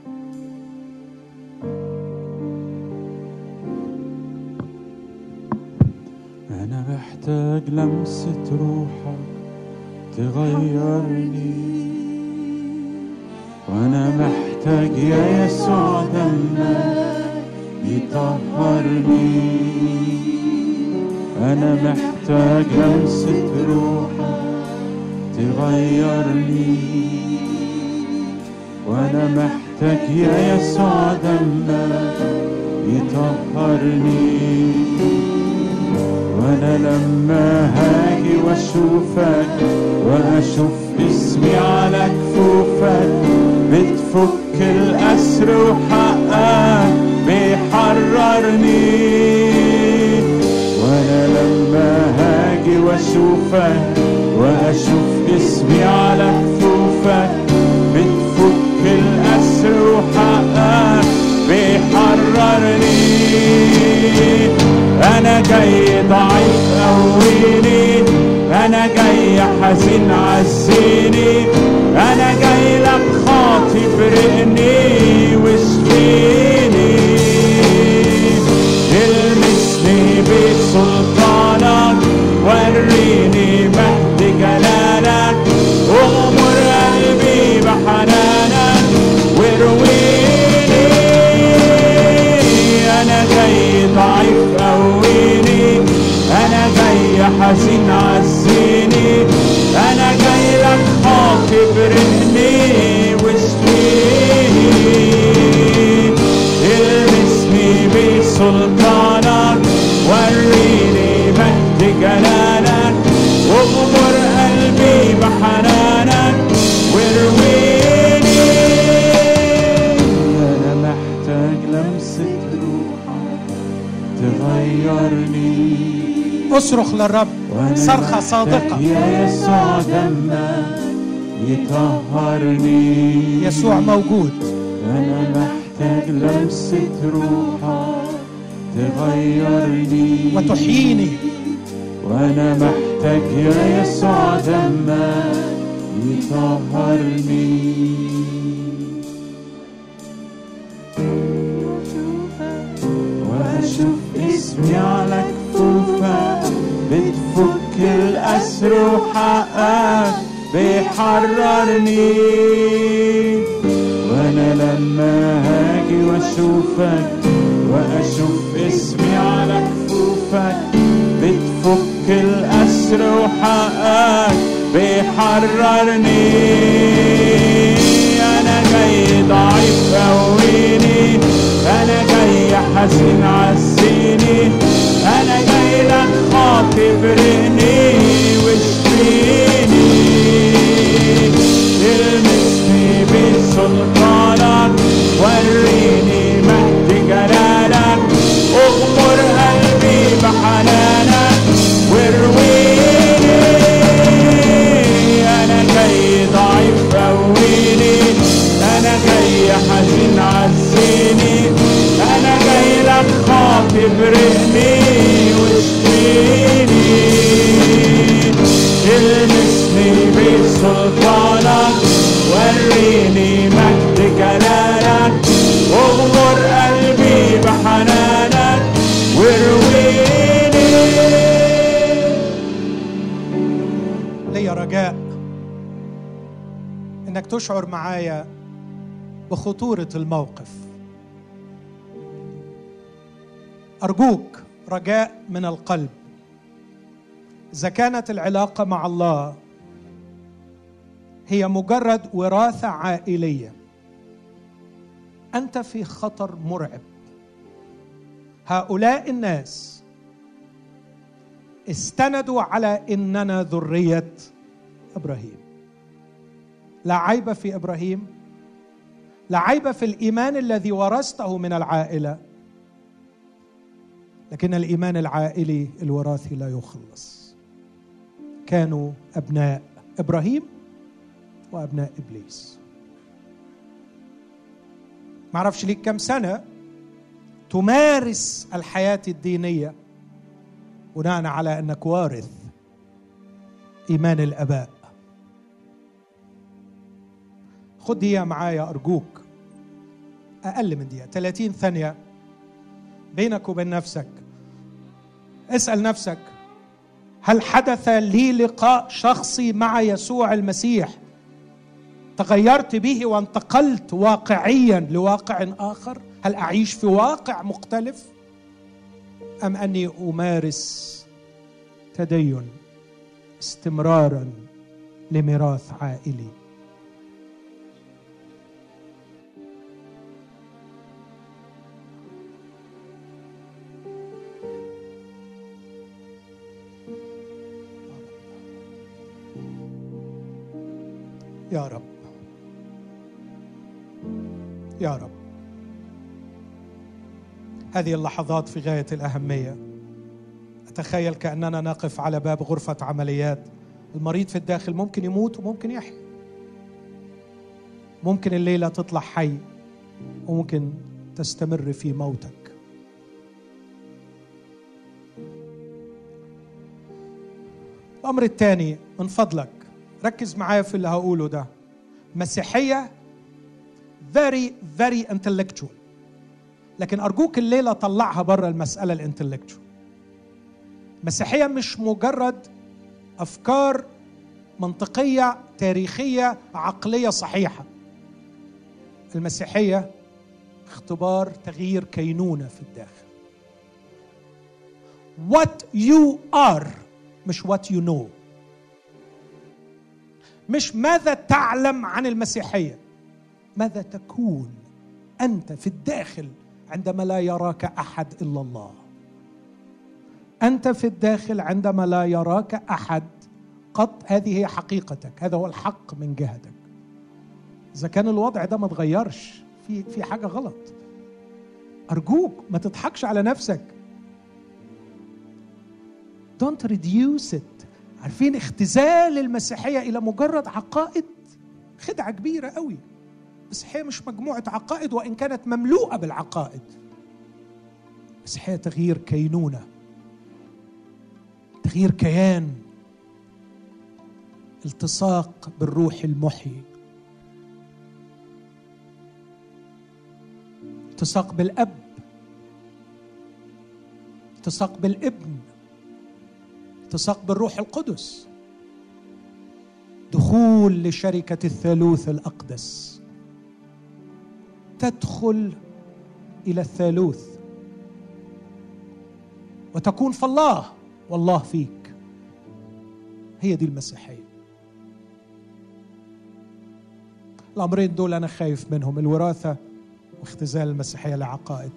أنا محتاج لمسة روحك تغيرني، وأنا محتاج يا يسوع دمك يطهرني. أنا محتاج لمسة روحك تغيرني، وأنا محتاج يا يسوع دمك يطهرني. وأنا لما هاجي وأشوفك وأشوف اسمي على كفوفك، بتفك الأسر وحقك بيحررني. وأنا لما هاجي وأشوفك وأشوف اسمي على كفوفك، بتفك الأسر وحقك بيحررني. أنا جاي ضعيف قويني، أنا جاي حزين عزيني، أنا جاي لك خاطي فرقني واشفيني. المسني بسلطانك، وريني مجد جلالك، اغمر قلبي بحنانك وارويني. أنا جاي ضعيف قويني، أنا جاي حزين عزيني، أنا جاي لك خاطي فرقني واشفيني. المسني بسلطانك، وريني مجد جلالك، واغمر قلبي بحنانك وارويني. أنا محتاج لمسة روحك تغيرني. اصرخ للرب صرخة صادقة. يا يسوع دمك يطهرني. يسوع موجود. أنا محتاج لمسة روحك تغيرني وتحييني. وأنا محتاج يا يسوع دمك يطهرني. وأشوف اسمي على كفوفك، بتفك الأسر وحقك بيحررني. وأنا لما هاجي وأشوفك وأشوف اسمي على كفوفك، بتفك الأسر وحقك بيحررني. أنا جاي ضعيف قويني، أنا جاي حزين عزيني، أنا جاي لك خاطي فرقني واشفيني. المسني بسلطانك، وريني مجد جلالك، اغمر قلبي بحنانك وارويني. أنا جاي ضعيف قويني، أنا جاي حزين عزيني، أنا جاي لك خاطي فرقني واشفيني. المسني بسلطانك، وريني مجد جلالك، اغمر قلبي بحنانك وارويني. لي رجاء انك تشعر معايا بخطورة الموقف. أرجوك رجاء من القلب، إذا كانت العلاقة مع الله هي مجرد وراثة عائلية، أنت في خطر مرعب. هؤلاء الناس استندوا على إننا ذرية إبراهيم. لا عيب في إبراهيم، لا عيب في الإيمان الذي ورثته من العائلة، لكن الإيمان العائلي الوراثي لا يخلص. كانوا أبناء إبراهيم وأبناء إبليس. ما أعرفش ليك كم سنة تمارس الحياة الدينية بناء على أنك وارث إيمان الآباء. خد دقيقة معايا أرجوك، أقل من دقيقة، ثلاثين ثانية بينك وبين نفسك. اسأل نفسك، هل حدث لي لقاء شخصي مع يسوع المسيح تغيرت به وانتقلت واقعيا لواقع آخر؟ هل أعيش في واقع مختلف، أم أني أمارس تدين استمرارا لميراث عائلي. يا رب يا رب، هذه اللحظات في غاية الأهمية. أتخيل كأننا نقف على باب غرفة عمليات، المريض في الداخل ممكن يموت وممكن يحيى، ممكن الليلة تطلع حي وممكن تستمر في موتك. الأمر الثاني، من فضلك ركز معايا في اللي هقوله ده. مسيحية very very intellectual، لكن أرجوك الليلة طلعها برا المسألة الانتلكتشوال. مسيحية مش مجرد أفكار منطقية تاريخية عقلية صحيحة. المسيحية اختبار تغيير كينونة في الداخل. What you are مش what you know، مش ماذا تعلم عن المسيحية، ماذا تكون أنت في الداخل عندما لا يراك أحد إلا الله. أنت في الداخل عندما لا يراك أحد قط، هذه هي حقيقتك، هذا هو الحق من جهتك. إذا كان الوضع ده ما تغيرش، في في حاجة غلط. أرجوك ما تضحكش على نفسك. Don't reduce it. عارفين اختزال المسيحية إلى مجرد عقائد خدعة كبيرة قوي. المسيحية مش مجموعة عقائد وإن كانت مملوءة بالعقائد. المسيحية تغيير كينونة، تغيير كيان، التصاق بالروح المحيي، التصاق بالأب، التصاق بالابن، التصاق بالروح القدس، دخول لشركة الثالوث الأقدس. تدخل إلى الثالوث وتكون في الله والله فيك. هي دي المسيحية. الأمرين دول أنا خايف منهم، الوراثة واختزال المسيحية لعقائد.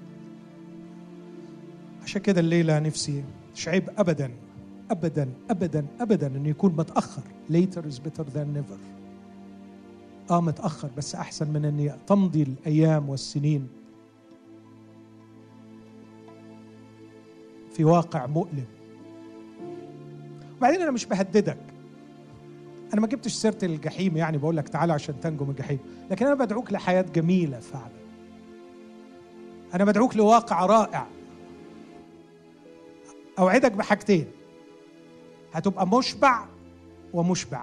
عشان كده الليلة نفسي مش عيب أبدا أبدا أبدا أبدا أن يكون متأخر. later is better than never. آه متأخر بس أحسن من أن تمضي الأيام والسنين في واقع مؤلم. وبعدين أنا مش بهددك، أنا ما جبتش سيرة الجحيم يعني بقول لك تعالى عشان تنجو من الجحيم، لكن أنا بدعوك لحياة جميلة فعلا. أنا بدعوك لواقع رائع. أوعدك بحاجتين، هتبقى مشبع ومشبع.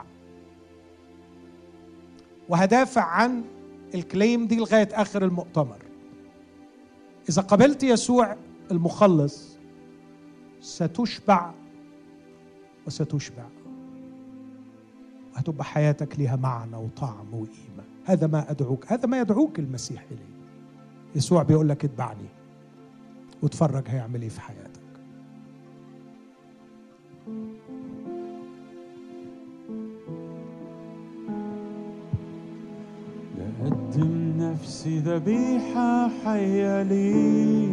وهدافع عن الكليم دي لغاية آخر المؤتمر. إذا قبلت يسوع المخلص ستشبع وستشبع، هتبقى حياتك لها معنى وطعم وقيمة. هذا ما أدعوك، هذا ما يدعوك المسيح إليه. يسوع بيقول لك اتبعني وتفرج هيعمل ايه في حياتك. لأقدم نفسي ذبيحة حية لي،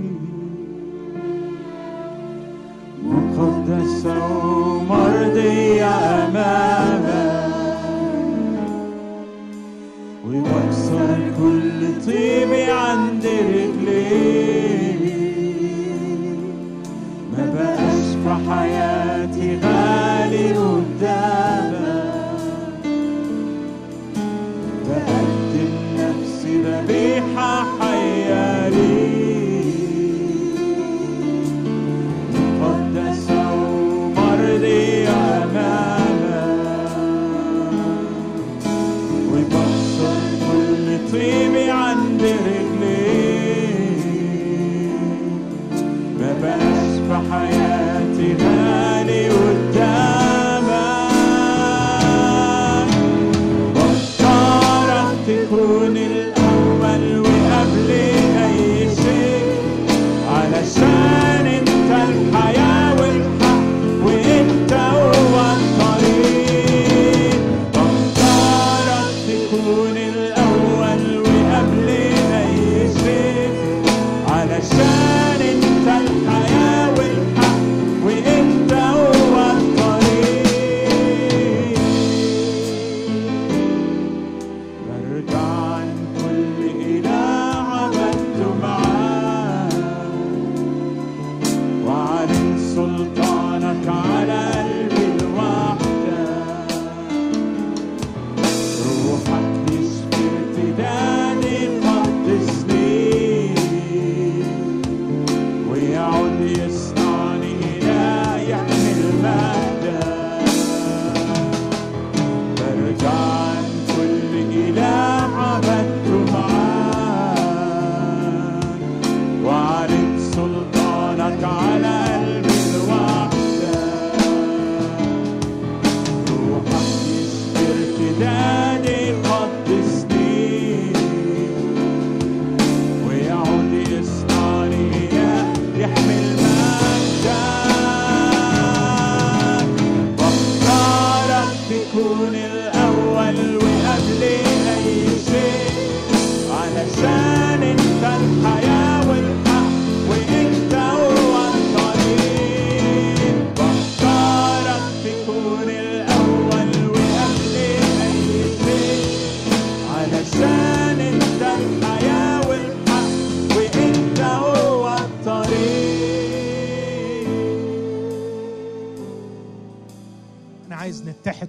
مقدسة ومرضية أمامك، وبكسر كل طيبي عند رجليك. ما بقاش في حياتي غالي قدامك، بقدم نفسي ذبيحة حية ليك، مقدسة ومرضية أمامك، وبكسر كل طيبي عند رجليك. ما بقاش في حياتي غالي قدامك، بختارك تكون الأول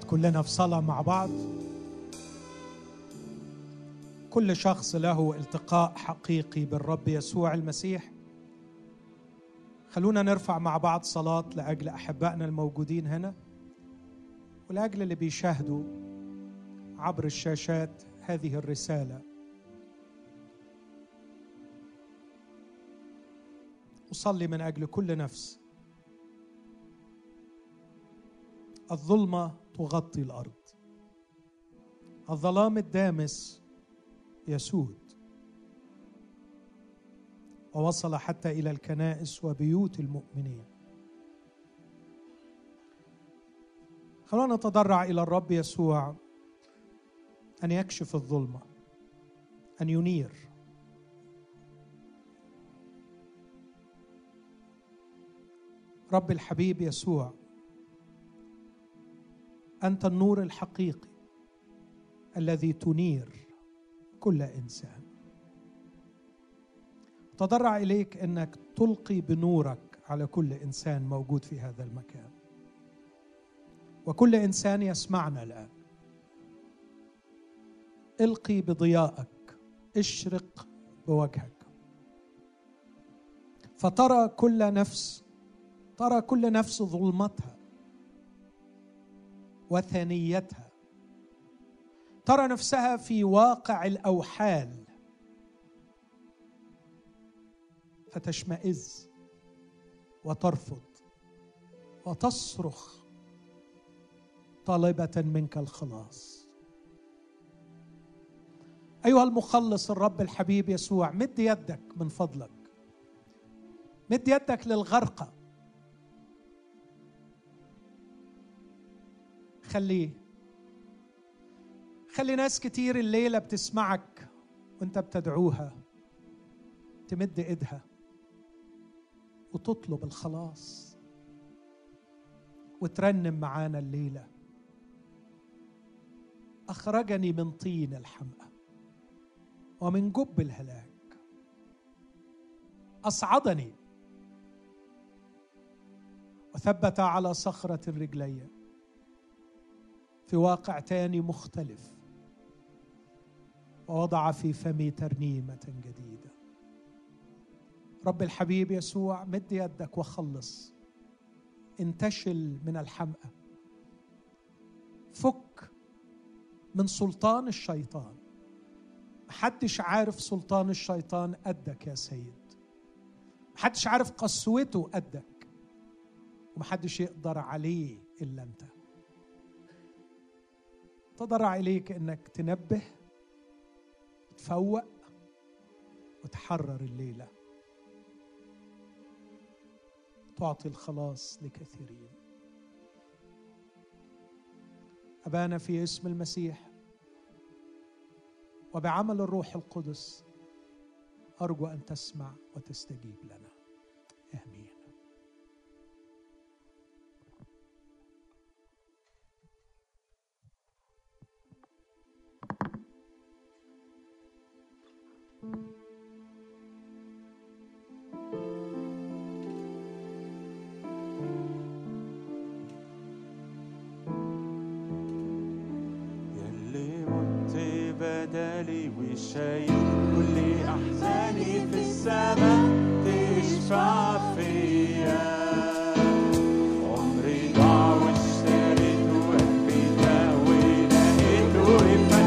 كلنا في صلاة مع بعض. كل شخص له التقاء حقيقي بالرب يسوع المسيح. خلونا نرفع مع بعض صلاة لأجل أحبائنا الموجودين هنا، ولأجل اللي بيشاهدوا عبر الشاشات هذه الرسالة. أصلي من أجل كل نفس. الظلمة تغطي الأرض، الظلام الدامس يسود، ووصل حتى إلى الكنائس وبيوت المؤمنين. خلونا نتضرع إلى الرب يسوع أن يكشف الظلمة، أن ينير. رب الحبيب يسوع، أنت النور الحقيقي الذي تنير كل إنسان. تضرع إليك أنك تلقي بنورك على كل إنسان موجود في هذا المكان، وكل إنسان يسمعنا الآن. القي بضيائك، اشرق بوجهك، فترى كل نفس، ترى كل نفس ظلمتها وثنيتها، ترى نفسها في واقع الأوحال فتشمئز وترفض وتصرخ طالبة منك الخلاص. أيها المخلص الرب الحبيب يسوع، مد يدك من فضلك، مد يدك للغرقى. خليه خلي ناس كتير الليلة بتسمعك وانت بتدعوها تمد ايدها وتطلب الخلاص وترنم معانا الليلة: أخرجني من طين الحمأة ومن جب الهلاك، أصعدني وثبت على صخرة رجلي في واقع تاني مختلف، ووضع في فمي ترنيمة جديدة. رب الحبيب يسوع، مد يدك وخلص، انتشل من الحمأة، فك من سلطان الشيطان. محدش عارف سلطان الشيطان قدك يا سيد، محدش عارف قسوته قدك، ومحدش يقدر عليه إلا أنت. تضرع إليك أنك تنبه، تفوق وتحرر الليلة، تعطي الخلاص لكثيرين. أبانا في اسم المسيح وبعمل الروح القدس، أرجو أن تسمع وتستجيب لنا. آمين. بدلي وشايل كل أحزاني في السماء، تشفع فيا. عمري ضاع واشتريت وقلبي ده ولقيته